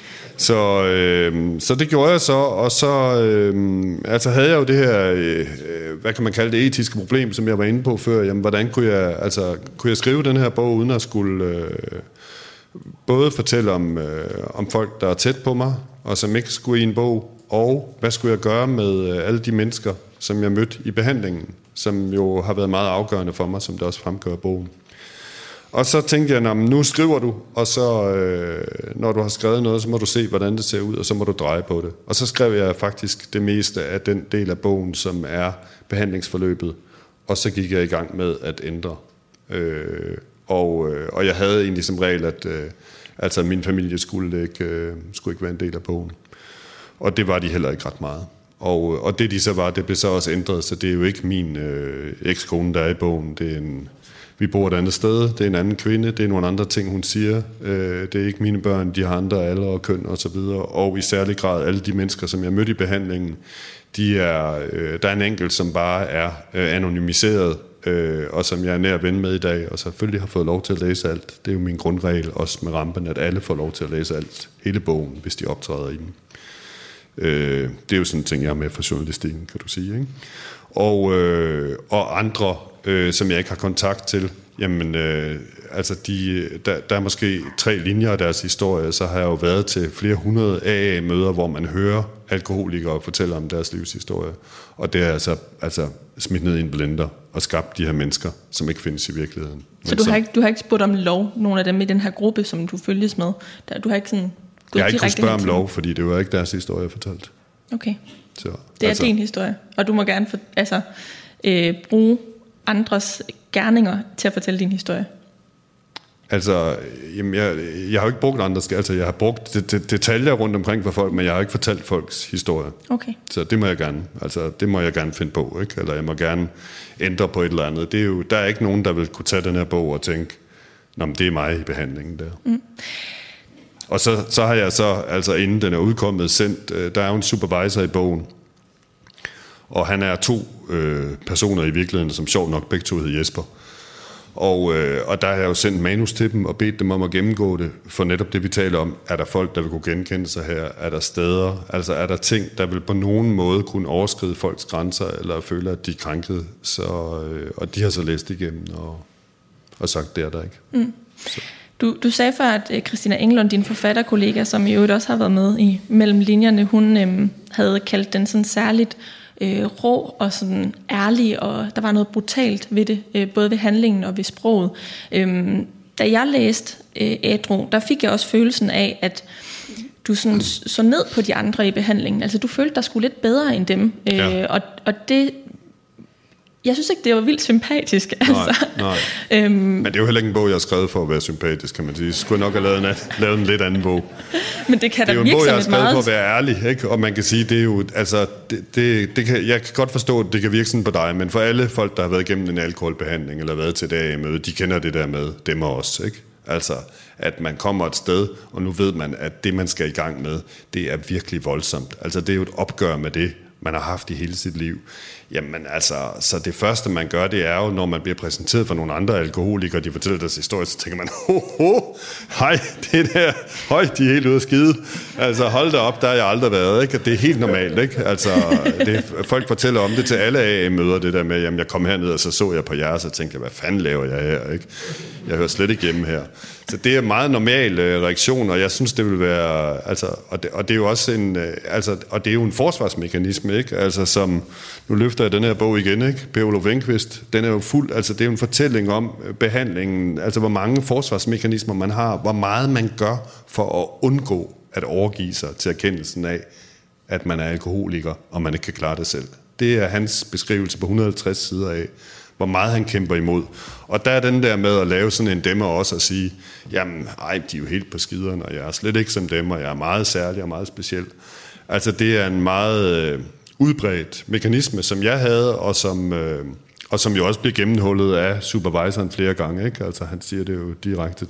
Så det gjorde jeg så, og så havde jeg jo det her, hvad kan man kalde det, etiske problem, som jeg var inde på før. Jamen, hvordan kunne jeg skrive den her bog, uden at skulle både fortælle om folk, der er tæt på mig, og som ikke skulle i en bog, og hvad skulle jeg gøre med alle de mennesker, som jeg mødte i behandlingen, som jo har været meget afgørende for mig, som det også fremgår af bogen. Og så tænkte jeg, nu skriver du, og så når du har skrevet noget, så må du se, hvordan det ser ud, og så må du dreje på det. Og så skrev jeg faktisk det meste af den del af bogen, som er behandlingsforløbet, og så gik jeg i gang med at ændre. Og jeg havde egentlig som regel, at min familie skulle ikke være en del af bogen. Og det var de heller ikke ret meget. Og det de så var, det blev så også ændret, så det er jo ikke min ekskone, der er i bogen. Vi bor et andet sted, det er en anden kvinde, det er nogle andre ting, hun siger. Det er ikke mine børn, de har andre alder og køn og så videre. Og i særlig grad alle de mennesker, som jeg mødte i behandlingen, der er en enkelt, som bare er anonymiseret, og som jeg er nær ven med i dag, og selvfølgelig har fået lov til at læse alt. Det er jo min grundregel, også med Rampen, at alle får lov til at læse alt, hele bogen, hvis de optræder i den. Det er jo sådan en ting, jeg har med for journalistikken, kan du sige, ikke? Og andre, som jeg ikke har kontakt til, jamen, der er måske 3 linjer af deres historie, så har jeg jo været til flere 100 AA-møder, hvor man hører alkoholikere fortælle om deres livshistorie. Og det er altså smidt ned i en blender og skabt de her mennesker, som ikke findes i virkeligheden. Så du har ikke spurgt om lov, nogle af dem i den her gruppe, som du følges med? Du har ikke sådan... Jeg har ikke kunnet spørge om lov, fordi det var ikke deres historie, jeg fortalte. Okay. Så, det er din historie, og du må gerne bruge andres gerninger til at fortælle din historie. Altså, jamen, jeg har jo ikke brugt andres, altså jeg har brugt detaljer rundt omkring for folk, men jeg har ikke fortalt folks historie. Okay. Så det må jeg gerne finde på, ikke? Eller jeg må gerne ændre på et eller andet. Det er jo, der er ikke nogen, der vil kunne tage den her bog og tænke, det er mig i behandlingen der. Mm. Og så har jeg så, inden den er udkommet, sendt, der er jo en supervisor i bogen, og han er 2 personer i virkeligheden, som sjovt nok begge 2 hedder Jesper. Og der har jeg jo sendt manus til dem og bedt dem om at gennemgå det, for netop det vi taler om. Er der folk, der vil kunne genkende sig her? Er der steder? Altså er der ting, der vil på nogen måde kunne overskride folks grænser, eller føle, at de er krænket? Og de har så læst igennem og sagt, det er der ikke. Mm. Du sagde før, at Christina Englund, din forfatterkollega, som i øvrigt også har været med i mellem linjerne, hun havde kaldt den sådan særligt rå og sådan ærlig, og der var noget brutalt ved det, både ved handlingen og ved sproget. Da jeg læste ædru, der fik jeg også følelsen af, at du sådan så ned på de andre i behandlingen. Altså du følte, der skulle lidt bedre end dem. Ja. Og det... Jeg synes ikke, det var vildt sympatisk. Altså. Nej. Men det er jo heller ikke en bog, jeg har skrevet for at være sympatisk, kan man sige. Jeg skulle nok have lavet en lidt anden bog. Men det kan da virke som et meget... Det er jo en bog, jeg har skrevet for at være ærlig, ikke? Og man kan sige, det er jo... Altså, jeg kan godt forstå, at det kan virke sådan på dig, men for alle folk, der har været igennem en alkoholbehandling eller været til det møde, de kender det der med dem og os, ikke? Altså, at man kommer et sted, og nu ved man, at det, man skal i gang med, det er virkelig voldsomt. Altså, det er jo et opgør med det, man har haft i hele sit liv. Jamen altså, så det første man gør, det er jo, når man bliver præsenteret for nogle andre alkoholikere, de fortæller deres historie, så tænker man, hej, det der, de er helt ude at skide. Altså hold da op, der har jeg aldrig været, ikke? Det er helt normalt, ikke? Altså, folk fortæller om det til alle AA-møder, det der med, jamen jeg kom herned, og så jeg på jer, og så tænkte jeg, hvad fanden laver jeg her, ikke? Jeg hører slet ikke hjemme her. Så det er en meget normal reaktion, og jeg synes, det vil være, altså, og det er jo også en, altså, og det er jo en forsvarsmekanisme, ikke? Altså, som, nu løfter jeg den her bog igen, ikke? Per Olof Enquist, den er jo fuld, altså, det er jo en fortælling om behandlingen, altså, hvor mange forsvarsmekanismer man har, hvor meget man gør for at undgå at overgive sig til erkendelsen af, at man er alkoholiker, og man ikke kan klare det selv. Det er hans beskrivelse på 150 sider af, hvor meget han kæmper imod. Og der er den der med at lave sådan en dæmmer også og sige, jamen, de er jo helt på skiderne, og jeg er slet ikke som dem, og jeg er meget særlig og meget speciel. Altså, det er en meget udbredt mekanisme, som jeg havde, og som jo også bliver gennemhullet af supervisoren flere gange, ikke? Altså, han siger det jo direkte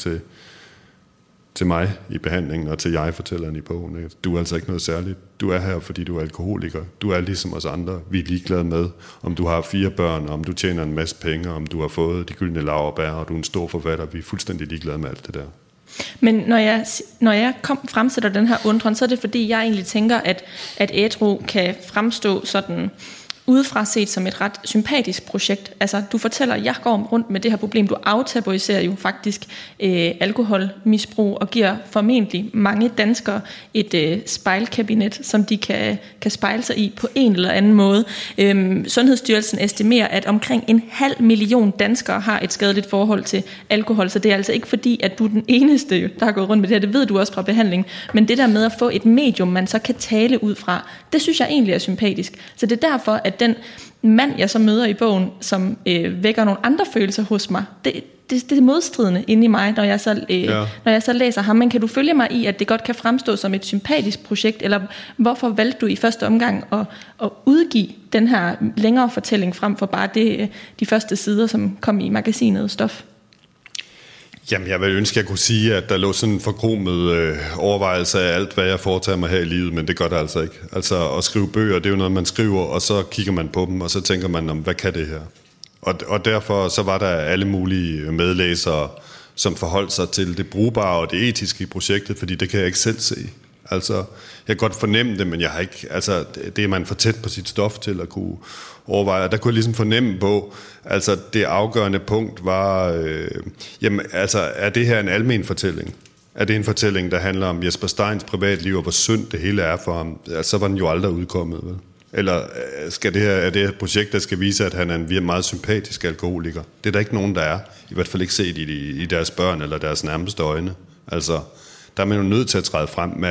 til mig i behandlingen, og til jeg-fortælleren i bogen. Ikke? Du er altså ikke noget særligt. Du er her, fordi du er alkoholiker. Du er ligesom os andre. Vi er ligeglade med, om du har 4 børn, om du tjener en masse penge, om du har fået de gyldne laurbær, og du er en stor forfatter. Vi er fuldstændig ligeglade med alt det der. Men når jeg fremsætter den her undren, så er det fordi, jeg egentlig tænker, at ædru kan fremstå sådan udefra set som et ret sympatisk projekt. Altså, du fortæller, at jeg går rundt med det her problem. Du aftaboriserer jo faktisk alkoholmisbrug og giver formentlig mange danskere et spejlkabinet, som de kan spejle sig i på en eller anden måde. Sundhedsstyrelsen estimerer, at omkring 500.000 danskere har et skadeligt forhold til alkohol, så det er altså ikke fordi, at du er den eneste, der har gået rundt med det her. Det ved du også fra behandling. Men det der med at få et medium, man så kan tale ud fra, det synes jeg egentlig er sympatisk. Så det er derfor, at den mand, jeg så møder i bogen, som vækker nogle andre følelser hos mig, det er modstridende inde i mig, når jeg så læser ham. Men kan du følge mig i, at det godt kan fremstå som et sympatisk projekt, eller hvorfor valgte du i første omgang at udgive den her længere fortælling frem for bare de første sider, som kom i magasinet Stof? Jamen, jeg vil ønske, at jeg kunne sige, at der lå sådan en forkromet overvejelse af alt, hvad jeg foretager mig her i livet, men det gør det altså ikke. Altså, at skrive bøger, det er jo noget, man skriver, og så kigger man på dem, og så tænker man, hvad kan det her? Og derfor så var der alle mulige medlæsere, som forholdt sig til det brugbare og det etiske i projektet, fordi det kan jeg ikke selv se. Altså, jeg kan godt fornemme det, men jeg har ikke, altså, det er man for tæt på sit stof til at kunne overveje. Og der kunne jeg ligesom fornemme på, altså det afgørende punkt var, jamen altså, er det her en almen fortælling? Er det en fortælling, der handler om Jesper Steins privatliv, og hvor synd det hele er for ham? Altså, så var den jo aldrig udkommet, vel? Eller er det et projekt, der skal vise, at han er en meget sympatisk alkoholiker? Det er der ikke nogen, der er. I hvert fald ikke set i deres børn eller deres nærmeste øjne. Altså, der er man jo nødt til at træde frem med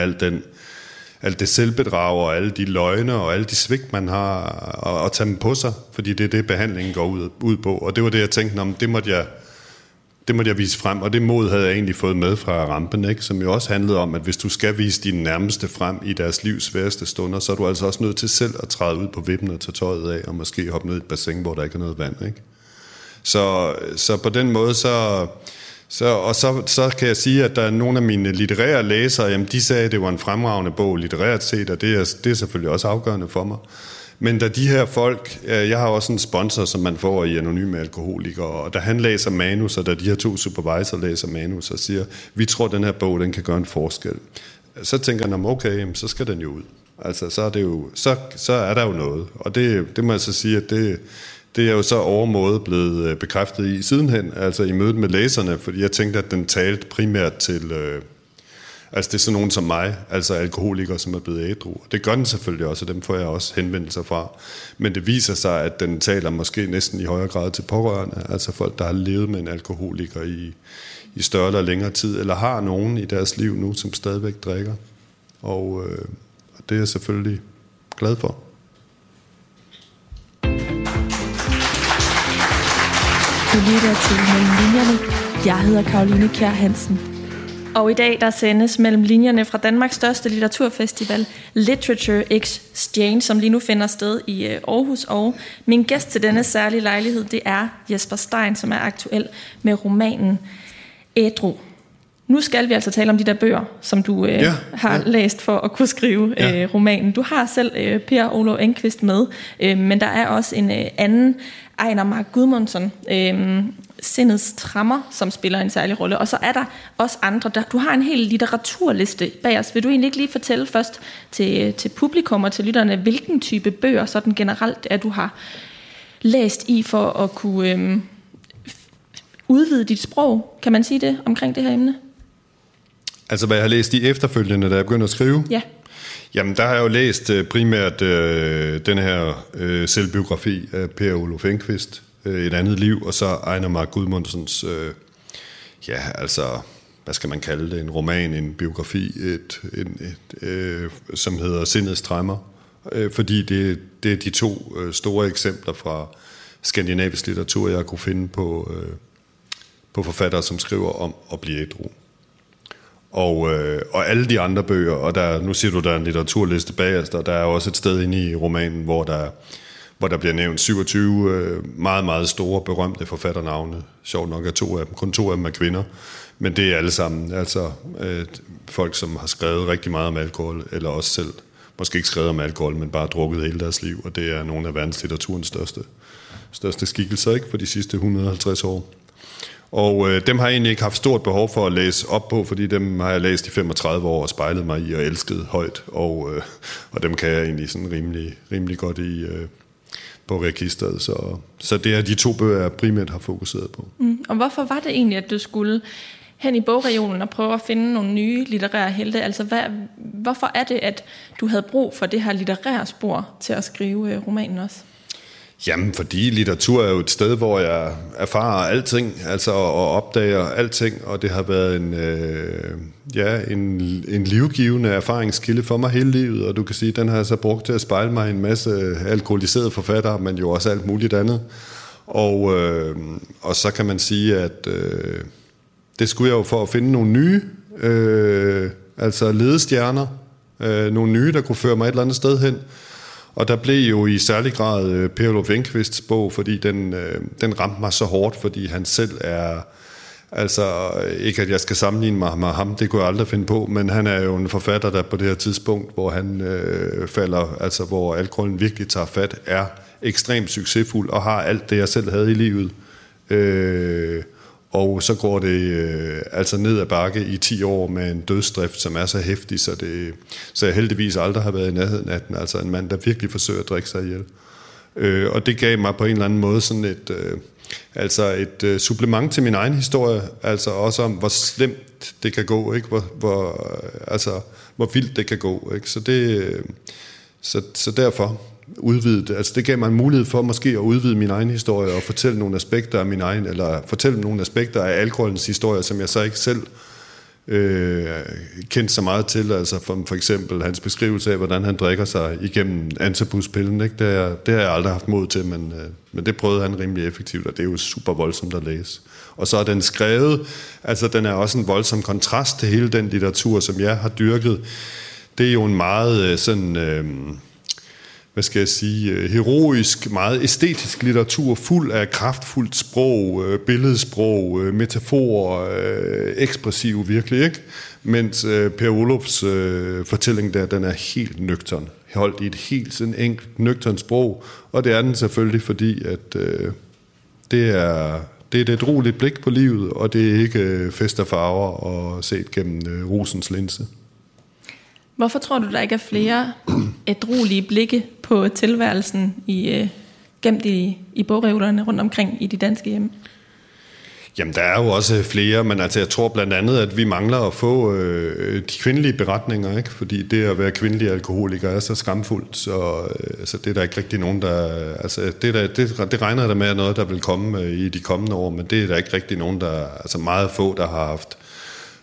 alt det selvbedrag og alle de løgne og alle de svigt, man har, og tage dem på sig, fordi det er det, behandlingen går ud på. Og det var det, jeg tænkte, det måtte jeg vise frem, og det mod havde jeg egentlig fået med fra Rampen, ikke? Som jo også handlede om, at hvis du skal vise dine nærmeste frem i deres livs sværeste stunder, så er du altså også nødt til selv at træde ud på vippen og tage tøjet af, og måske hoppe ned i et bassin, hvor der ikke er noget vand, ikke? Så på den måde, så kan jeg sige, at der er nogle af mine litterære læsere, jamen de sagde, at det var en fremragende bog litterært set, og det er selvfølgelig også afgørende for mig. Men da de her folk, jeg har også en sponsor, som man får i Anonyme Alkoholikere, og da han læser manus, og da de her 2 supervisor læser manus og siger, vi tror, at den her bog, den kan gøre en forskel, så tænker han, okay, så skal den jo ud. Altså, så er der jo noget. Og det må jeg så sige, at det er jo så overmåde blevet bekræftet i sidenhen, altså i mødet med læserne, fordi jeg tænkte, at den talte primært til... Altså det er sådan nogen som mig, altså alkoholikere, som er blevet ædru. Det gør den selvfølgelig også, og dem får jeg også henvendelser fra. Men det viser sig, at den taler måske næsten i højere grad til pårørende, altså folk, der har levet med en alkoholiker i større eller længere tid, eller har nogen i deres liv nu, som stadigvæk drikker. Og det er jeg selvfølgelig glad for. Du lytter til Mellem Linjerne. Jeg hedder Caroline Kjær Hansen. Og i dag der sendes Mellem Linjerne fra Danmarks største litteraturfestival, Literature Exchange, som lige nu finder sted i Aarhus. Og min gæst til denne særlige lejlighed, det er Jesper Stein, som er aktuel med romanen Ædru. Nu skal vi altså tale om de der bøger, som du har læst for at kunne skrive romanen. Du har selv Per Olof Enquist med, men der er også en anden, Einar Már Guðmundsson, Sindets Tremmer, som spiller en særlig rolle. Og så er der også andre. Du har en hel litteraturliste bag os. Vil du egentlig ikke lige fortælle først til publikum og til lytterne, hvilken type bøger sådan generelt er, du har læst i for at kunne udvide dit sprog? Kan man sige det omkring det her emne? Altså, hvad jeg har læst i efterfølgende, da jeg begyndte at skrive? Ja. Jamen, der har jeg jo læst primært den her selvbiografi af Per Olof Enquist, Et andet liv, og så Einar Már Guðmundssons, hvad skal man kalde det, en roman, en biografi, som hedder Sindets Tremmer, fordi det er de to store eksempler fra skandinavisk litteratur, jeg kunne finde på forfattere, som skriver om at blive ædru. Og alle de andre bøger, og nu siger du, der er en litteraturliste bagest, og der er også et sted inde i romanen, hvor der bliver nævnt 27 meget, meget store, berømte forfatternavne. Sjovt nok er kun to af dem er kvinder, men det er alle sammen folk, som har skrevet rigtig meget om alkohol, eller også selv, måske ikke skrevet om alkohol, men bare drukket hele deres liv, og det er nogle af verdenslitteraturens største skikkelser, ikke, for de sidste 150 år. Og dem har jeg egentlig ikke haft stort behov for at læse op på, fordi dem har jeg læst i 35 år og spejlet mig i og elsket højt, og dem kan jeg egentlig sådan rimelig godt på registeret. Så det er de to bøger, jeg primært har fokuseret på. Og hvorfor var det egentlig, at du skulle hen i bogregionen og prøve at finde nogle nye litterære helte? Altså, hvorfor er det, at du havde brug for det her litterære spor til at skrive romanen også? Jamen, fordi litteratur er jo et sted, hvor jeg erfarer alting, altså og opdager alting, og det har været en livgivende erfaringskilde for mig hele livet, og du kan sige, den har jeg så brugt til at spejle mig i en masse alkoholiserede forfattere, men jo også alt muligt andet. Og så kan man sige, at det skulle jeg jo for at finde nogle nye, altså ledestjerner, nogle nye, der kunne føre mig et eller andet sted hen. Og der blev jo i særlig grad Per Olof Enquists bog, fordi den ramte mig så hårdt, fordi han selv er, altså ikke at jeg skal sammenligne mig med ham, det kunne jeg aldrig finde på, men han er jo en forfatter, der på det her tidspunkt, hvor han falder, altså hvor alkoholen virkelig tager fat, er ekstremt succesfuld og har alt det, jeg selv havde i livet. Og så går det altså ned ad bakke i 10 år med en dødsdrift, som er så heftig, så jeg heldigvis aldrig har været i nærheden af den. Altså en mand, der virkelig forsøger at drikke sig ihjel. Og det gav mig på en eller anden måde sådan et supplement til min egen historie, altså også om, hvor slemt det kan gå, ikke? Hvor vildt det kan gå, ikke? Så derfor udvide det. Altså det gav mig en mulighed for måske at udvide min egen historie og fortælle nogle aspekter af min egen, eller fortælle nogle aspekter af alkoholens historie, som jeg så ikke selv kendte så meget til. Altså for eksempel hans beskrivelse af, hvordan han drikker sig igennem antabuspillen, ikke? Det har jeg aldrig haft mod til, men det prøvede han rimelig effektivt, og det er jo super voldsomt at læse. Og så er den skrevet, altså den er også en voldsom kontrast til hele den litteratur, som jeg har dyrket. Det er jo en meget sådan heroisk, meget æstetisk litteratur, fuld af kraftfuldt sprog, billedsprog, metaforer, ekspressiv virkelig, ikke? Mens Per Olofs fortælling der, den er helt nøgtern, holdt i et helt sådan enkelt nøgtern sprog, og det er den selvfølgelig, fordi at det er et ædrueligt blik på livet, og det er ikke fest og farver og set gennem rosens linse. Hvorfor tror du, der ikke er flere ædruelige blikke på tilværelsen gemt i bogreolerne rundt omkring i de danske hjem? Jamen, der er jo også flere, men altså, jeg tror blandt andet, at vi mangler at få de kvindelige beretninger, ikke? Fordi det at være kvindelig alkoholiker er så skamfuldt, så det er der ikke rigtig nogen, der... Altså, det regner jeg da med, at noget, der vil komme i de kommende år, men det er der ikke rigtig nogen, der... Altså, meget få, der har haft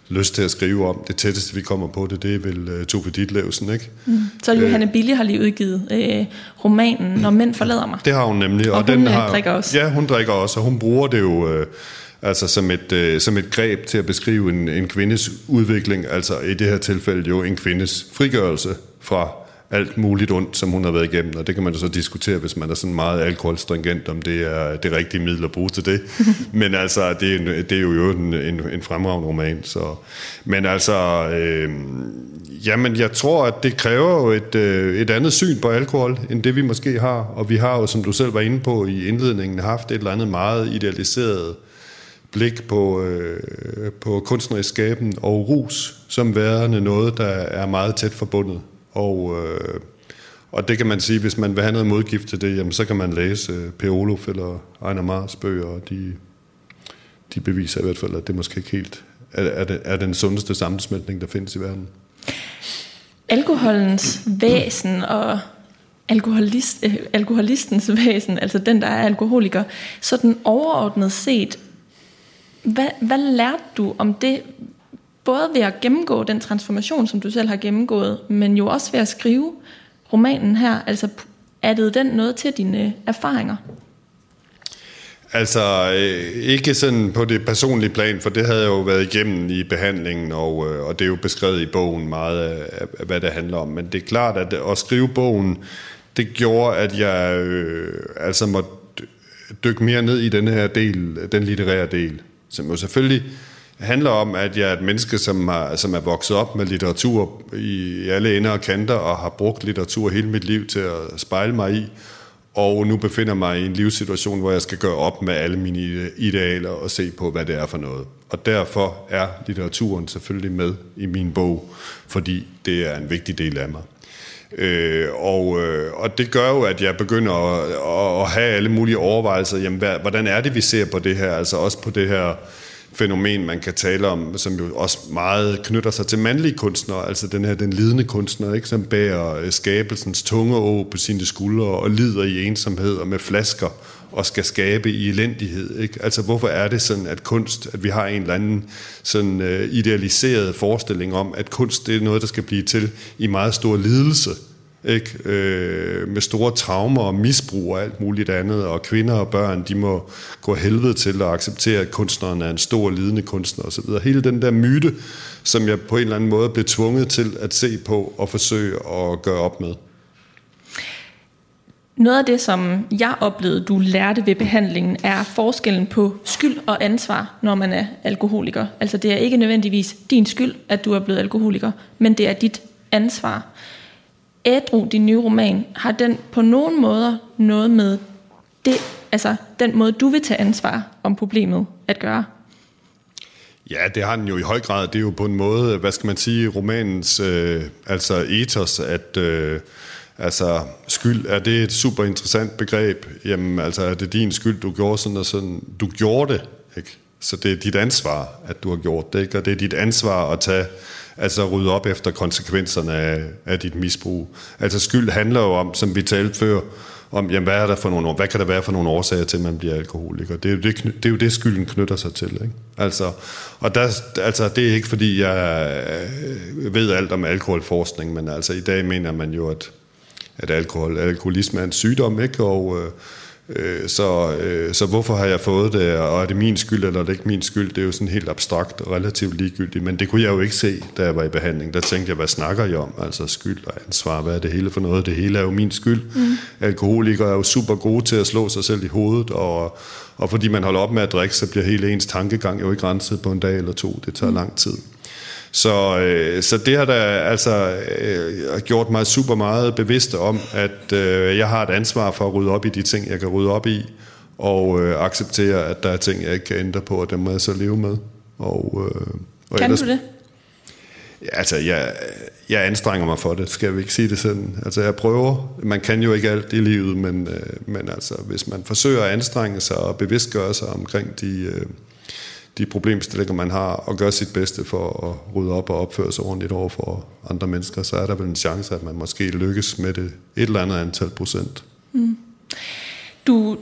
lyst til at skrive om. Det tætteste, vi kommer på det er vel Tove Ditlevsen, ikke? Så Johanne Bille har lige udgivet romanen Når mænd forlader mig. Det har hun nemlig. Og hun drikker også. Ja, hun drikker også, og hun bruger det jo altså som et greb til at beskrive en kvindes udvikling, altså i det her tilfælde jo en kvindes frigørelse fra alt muligt ondt, som hun har været igennem, og det kan man så diskutere, hvis man er sådan meget alkoholstringent, om det er det rigtige middel at bruge til det. Men altså, det er jo en fremragende roman. Så. Men altså, jamen jeg tror, at det kræver jo et andet syn på alkohol, end det vi måske har, og vi har jo, som du selv var inde på i indledningen, haft et eller andet meget idealiseret blik på kunstnerisk skaben og rus, som værende noget, der er meget tæt forbundet. Og det kan man sige, hvis man vil have noget modgift til det, jamen, så kan man læse Per Olof eller Einar Mars bøger, og de beviser i hvert fald, at det måske ikke helt er den sundeste sammensmeltning, der findes i verden. Alkoholens væsen og alkoholistens væsen, altså den, der er alkoholiker, så den overordnet set, hvad lærte du om det, både ved at gennemgå den transformation, som du selv har gennemgået, men jo også ved at skrive romanen her? Altså, addede den noget til dine erfaringer? Altså, ikke sådan på det personlige plan, for det havde jeg jo været igennem i behandlingen, og det er jo beskrevet i bogen meget af hvad det handler om. Men det er klart, at at skrive bogen, det gjorde, at jeg altså måtte dykke mere ned i den her del, den litterære del, som jo selvfølgelig handler om, at jeg er et menneske, som er vokset op med litteratur i alle ender og kanter, og har brugt litteratur hele mit liv til at spejle mig i, og nu befinder mig i en livssituation, hvor jeg skal gøre op med alle mine idealer og se på, hvad det er for noget. Og derfor er litteraturen selvfølgelig med i min bog, fordi det er en vigtig del af mig. Og det gør jo, at jeg begynder at have alle mulige overvejelser. Jamen, hvordan er det, vi ser på det her? Altså også på det her fænomen, man kan tale om, som jo også meget knytter sig til mandlige kunstnere, altså den lidende kunstner, ikke, som bærer skabelsens tunge å på sine skuldre og lider i ensomhed og med flasker og skal skabe i elendighed. Ikke? Altså hvorfor er det sådan, at kunst, at vi har en eller anden sådan idealiseret forestilling om, at kunst det er noget, der skal blive til i meget stor lidelse, ikke? Med store traumer og misbrug og alt muligt andet, og kvinder og børn, de må gå helvede til at acceptere, at kunstneren er en stor lidende kunstner osv. Hele den der myte, som jeg på en eller anden måde blev tvunget til at se på og forsøge at gøre op med. Noget af det, som jeg oplevede, du lærte ved behandlingen, er forskellen på skyld og ansvar, når man er alkoholiker. Altså det er ikke nødvendigvis din skyld, at du er blevet alkoholiker, men det er dit ansvar. Ædru, din nye roman, har den på nogen måder noget med det, altså den måde, du vil tage ansvar om problemet at gøre? Ja, det har den jo i høj grad. Det er jo på en måde, hvad skal man sige, romanens altså ethos, at altså skyld, er det et super interessant begreb? Jamen altså, er det din skyld, du gjorde sådan og sådan? Du gjorde det, ikke? Så det er dit ansvar, at du har gjort det, ikke? Og det er dit ansvar at tage, altså rydde op efter konsekvenserne af dit misbrug. Altså skyld handler jo om, som vi talte før, om jamen, hvad kan der være for nogle årsager til, at man bliver alkoholiker. Det er jo det skylden knytter sig til, ikke? Altså, og det er ikke fordi jeg ved alt om alkoholforskning, men altså i dag mener man jo, at alkoholisme er en sygdom, ikke? Og så hvorfor har jeg fået det, og er det min skyld, eller er det ikke min skyld? Det er jo sådan helt abstrakt og relativt ligegyldigt, men det kunne jeg jo ikke se, da jeg var i behandling. Der tænkte jeg, hvad snakker jeg om? Altså skyld og ansvar, hvad er det hele for noget? Det hele er jo min skyld. Alkoholikere er jo super gode til at slå sig selv i hovedet, og fordi man holder op med at drikke, så bliver hele ens tankegang jo ikke renset på en dag eller to. Det tager lang tid. Så det har da altså gjort mig super meget bevidst om, at jeg har et ansvar for at rydde op i de ting, jeg kan rydde op i, og acceptere, at der er ting, jeg ikke kan ændre på, og dem må jeg så leve med. Og kan ellers, du det? Altså, jeg anstrenger mig for det, skal vi ikke sige det sådan. Altså, jeg prøver. Man kan jo ikke alt i livet, men altså, hvis man forsøger at anstrenge sig og bevidstgøre sig omkring de problemstillinger, man har, og gøre sit bedste for at rydde op og opføre sig ordentligt over for andre mennesker, så er der vel en chance, at man måske lykkes med det et eller andet antal procent. Du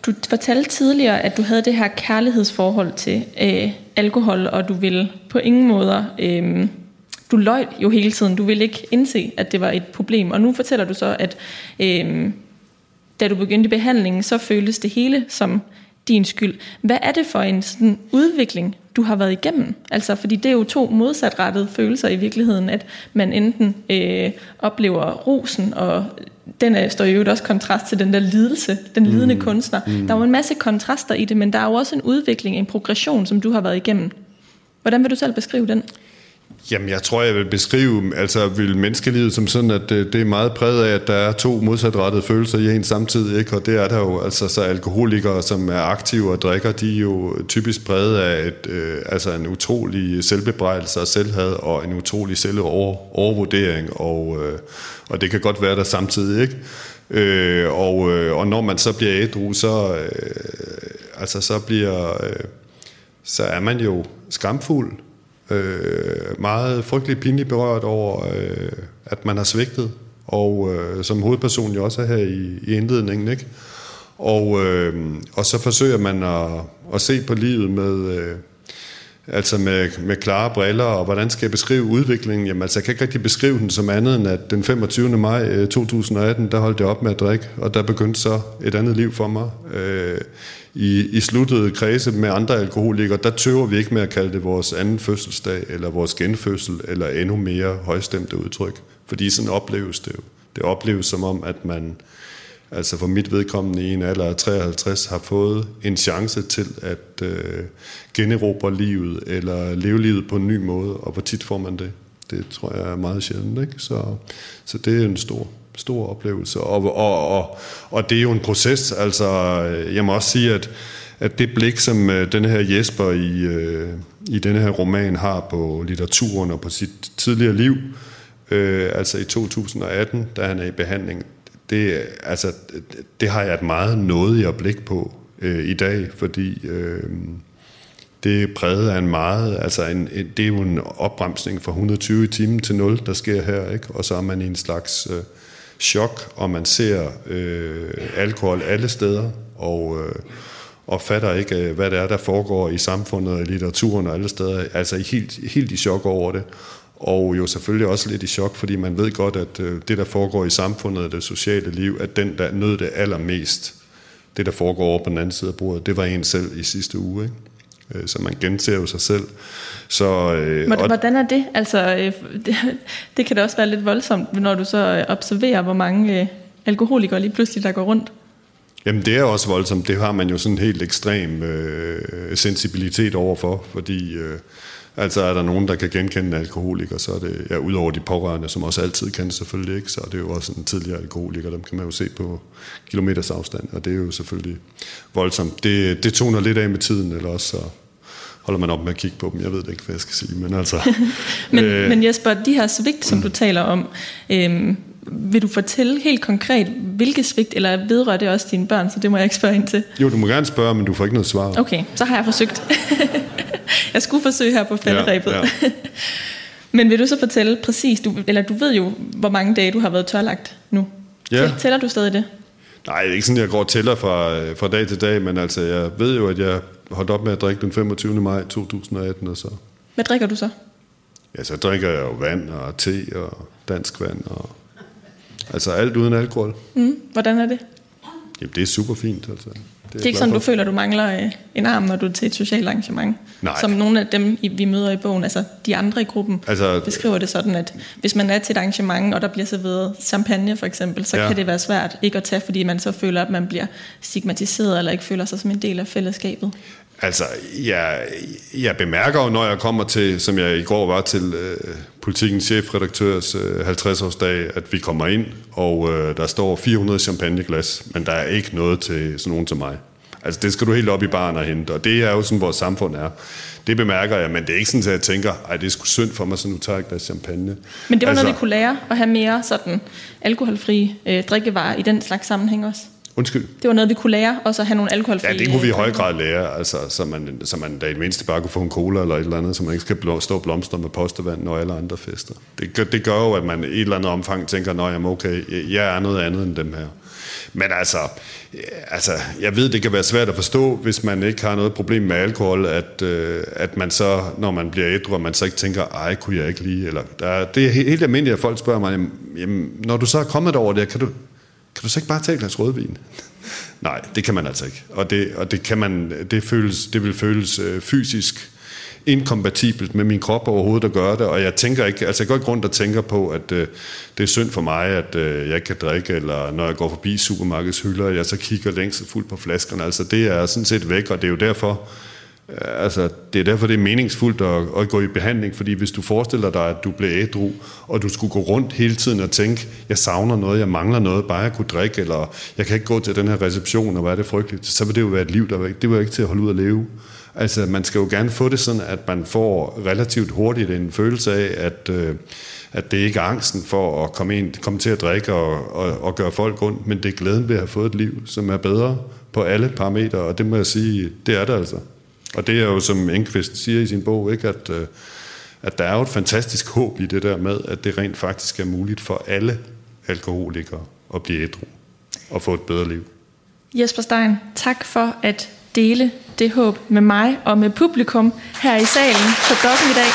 du fortalte tidligere, at du havde det her kærlighedsforhold til alkohol, og du ville på ingen måder... du løj jo hele tiden. Du ville ikke indse, at det var et problem. Og nu fortæller du så, at da du begyndte i behandlingen, så føltes det hele som din skyld. Hvad er det for en sådan udvikling, du har været igennem? Altså, fordi det er jo to modsatrettede følelser i virkeligheden, at man enten oplever rosen, og den står jo også kontrast til den der lidelse, den lidende kunstner. Der er jo en masse kontraster i det, men der er jo også en udvikling, en progression, som du har været igennem. Hvordan vil du selv beskrive den? Jamen, jeg tror, jeg vil beskrive menneskelivet som sådan, at det er meget præget af, at der er to modsatrettede følelser i en samtidig, ikke? Og det er der jo, altså så alkoholikere, som er aktive og drikker, de er jo typisk præget af en utrolig selvbebrejdelse og selvhad og en utrolig selvovervurdering, og det kan godt være der samtidig, ikke? Og når man så bliver ædru, så er man jo skamfuld, meget frygtelig pinligt berørt over, at man har svigtet, og som hovedperson jo også er her i indledningen, ikke? Og så forsøger man at se på livet med klare briller, og hvordan skal jeg beskrive udviklingen? Jamen altså, jeg kan ikke rigtig beskrive den som andet end, at den 25. maj 2018, der holdt jeg op med at drikke, og der begyndte så et andet liv for mig. I sluttede kredse med andre alkoholikere, der tøver vi ikke med at kalde det vores anden fødselsdag, eller vores genfødsel, eller endnu mere højstemte udtryk. Fordi sådan opleves det jo. Det opleves som om, at man, altså for mit vedkommende i en alder af 53, har fået en chance til at generobre livet, eller leve livet på en ny måde, og hvor tit får man det? Det tror jeg er meget sjældent, ikke? Så det er en stor oplevelse, og det er jo en proces. Altså, jeg må også sige, at det blik, som denne her Jesper i denne her roman har på litteraturen og på sit tidligere liv, altså i 2018, da han er i behandling, det har jeg et meget nådigere blik på i dag, fordi det er præget af en meget, det er jo en opbremsning fra 120 i timen til 0, der sker her, ikke? Og så er man i en slags chok, og man ser alkohol alle steder, og fatter ikke, hvad det er, der foregår i samfundet og i litteraturen og alle steder, altså helt i chok over det. Og jo selvfølgelig også lidt i chok, fordi man ved godt, at det, der foregår i samfundet og det sociale liv, at den, der nød det allermest, det, der foregår over på den anden side af bordet, det var en selv i sidste uge, ikke? Så man genser jo sig selv. Hvordan er det? Altså, det kan da også være lidt voldsomt, når du så observerer, hvor mange alkoholikere lige pludselig, der går rundt. Jamen, det er også voldsomt. Det har man jo sådan en helt ekstrem sensibilitet overfor, fordi altså er der nogen, der kan genkende alkoholiker, så er det, udover de pårørende, som også altid kan selvfølgelig, ikke, så er det jo også en tidligere alkoholiker, dem kan man jo se på kilometers afstand, og det er jo selvfølgelig voldsomt. Det toner lidt af med tiden, eller også så holder man op med at kigge på dem. Jeg ved ikke, hvad jeg skal sige, men altså... men Jesper, de her svigt, som du taler om, vil du fortælle helt konkret, hvilke svigt, eller vedrører det også dine børn, så det må jeg ikke spørge ind til? Jo, du må gerne spørge, men du får ikke noget svar. Okay, så har jeg forsøgt. Jeg skulle forsøge her på falderebet. Ja. Men vil du så fortælle præcis, du ved jo, hvor mange dage du har været tørlagt nu. Ja. Tæller du stadig det? Nej, det er ikke sådan, jeg går og tæller fra dag til dag, men altså, jeg ved jo, at jeg holdt op med at drikke den 25. maj 2018, og så... Hvad drikker du så? Ja, så drikker jeg jo vand og te og dansk vand, og altså alt uden alkohol. Hvordan er det? Jamen, det er super fint, altså. Det er ikke sådan, du føler, du mangler en arm, når du er til et socialt arrangement? Nej. Som nogle af dem, vi møder i bogen, altså de andre i gruppen, beskriver det sådan, at hvis man er til et arrangement, og der bliver serveret champagne for eksempel, så kan det være svært ikke at tage, fordi man så føler, at man bliver stigmatiseret, eller ikke føler sig som en del af fællesskabet. Altså, jeg bemærker jo, når jeg kommer til, som jeg i går var til Politikens chefredaktørs 50-årsdag, at vi kommer ind, og der står 400 champagneglas, men der er ikke noget til sådan nogen til mig. Altså, det skal du helt op i baren og hente, og det er jo sådan, vores samfund er. Det bemærker jeg, men det er ikke sådan, at jeg tænker, det er sgu synd for mig, så nu tager jeg et glas champagne. Men det var noget, vi kunne lære at have mere sådan alkoholfri drikkevarer i den slags sammenhæng også? Undskyld. Det var noget, vi kunne lære, og så have nogle alkoholfrie... Ja, det kunne vi i høj grad lære, altså, så man da i det mindste bare kunne få en cola eller et eller andet, så man ikke skal stå og blomstre med postevand, når alle andre fester. Det gør jo, at man i et eller andet omfang tænker, jamen okay, jeg er noget andet end dem her. Men altså, jeg ved, det kan være svært at forstå, hvis man ikke har noget problem med alkohol, at man så, når man bliver ædru, at man så ikke tænker, ej, kunne jeg ikke lige, eller det er helt almindeligt, at folk spørger mig, jamen, når du så er kommet over det, kan du så ikke bare tage et glas rødvin? Nej, det kan man altså ikke. Og det vil føles fysisk inkompatibelt med min krop overhovedet at gøre det, og jeg tænker ikke, altså jeg går ikke rundt og tænker på, at det er synd for mig, at jeg ikke kan drikke, eller når jeg går forbi supermarkedets hylder, jeg så kigger længselsfuldt på flaskerne, altså det er sådan set væk, og det er jo derfor, det er meningsfuldt at gå i behandling, fordi hvis du forestiller dig, at du blev ædru, og du skulle gå rundt hele tiden og tænke, jeg savner noget, jeg mangler noget, bare jeg kunne drikke, eller jeg kan ikke gå til den her reception, og hvad er det frygteligt, så vil det jo være et liv, det var ikke til at holde ud at leve. Altså, man skal jo gerne få det sådan, at man får relativt hurtigt en følelse af, at det ikke er angsten for at komme til at drikke og gøre folk ondt, men det er glæden ved at have fået et liv, som er bedre på alle parametre, og det må jeg sige, det er det altså. Og det er jo, som Enqvist siger i sin bog, ikke, at der er jo et fantastisk håb i det der med, at det rent faktisk er muligt for alle alkoholikere at blive ædru og få et bedre liv. Jesper Stein, tak for at dele det håb med mig og med publikum her i salen på Dokken i dag.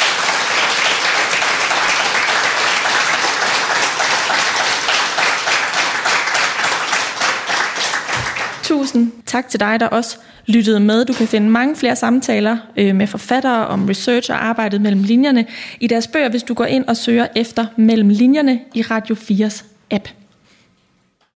Tusind tak til dig, der også lyttede med. Du kan finde mange flere samtaler med forfattere om research og arbejdet mellem linjerne i deres bøger, hvis du går ind og søger efter Mellem Linjerne i Radio 4's app.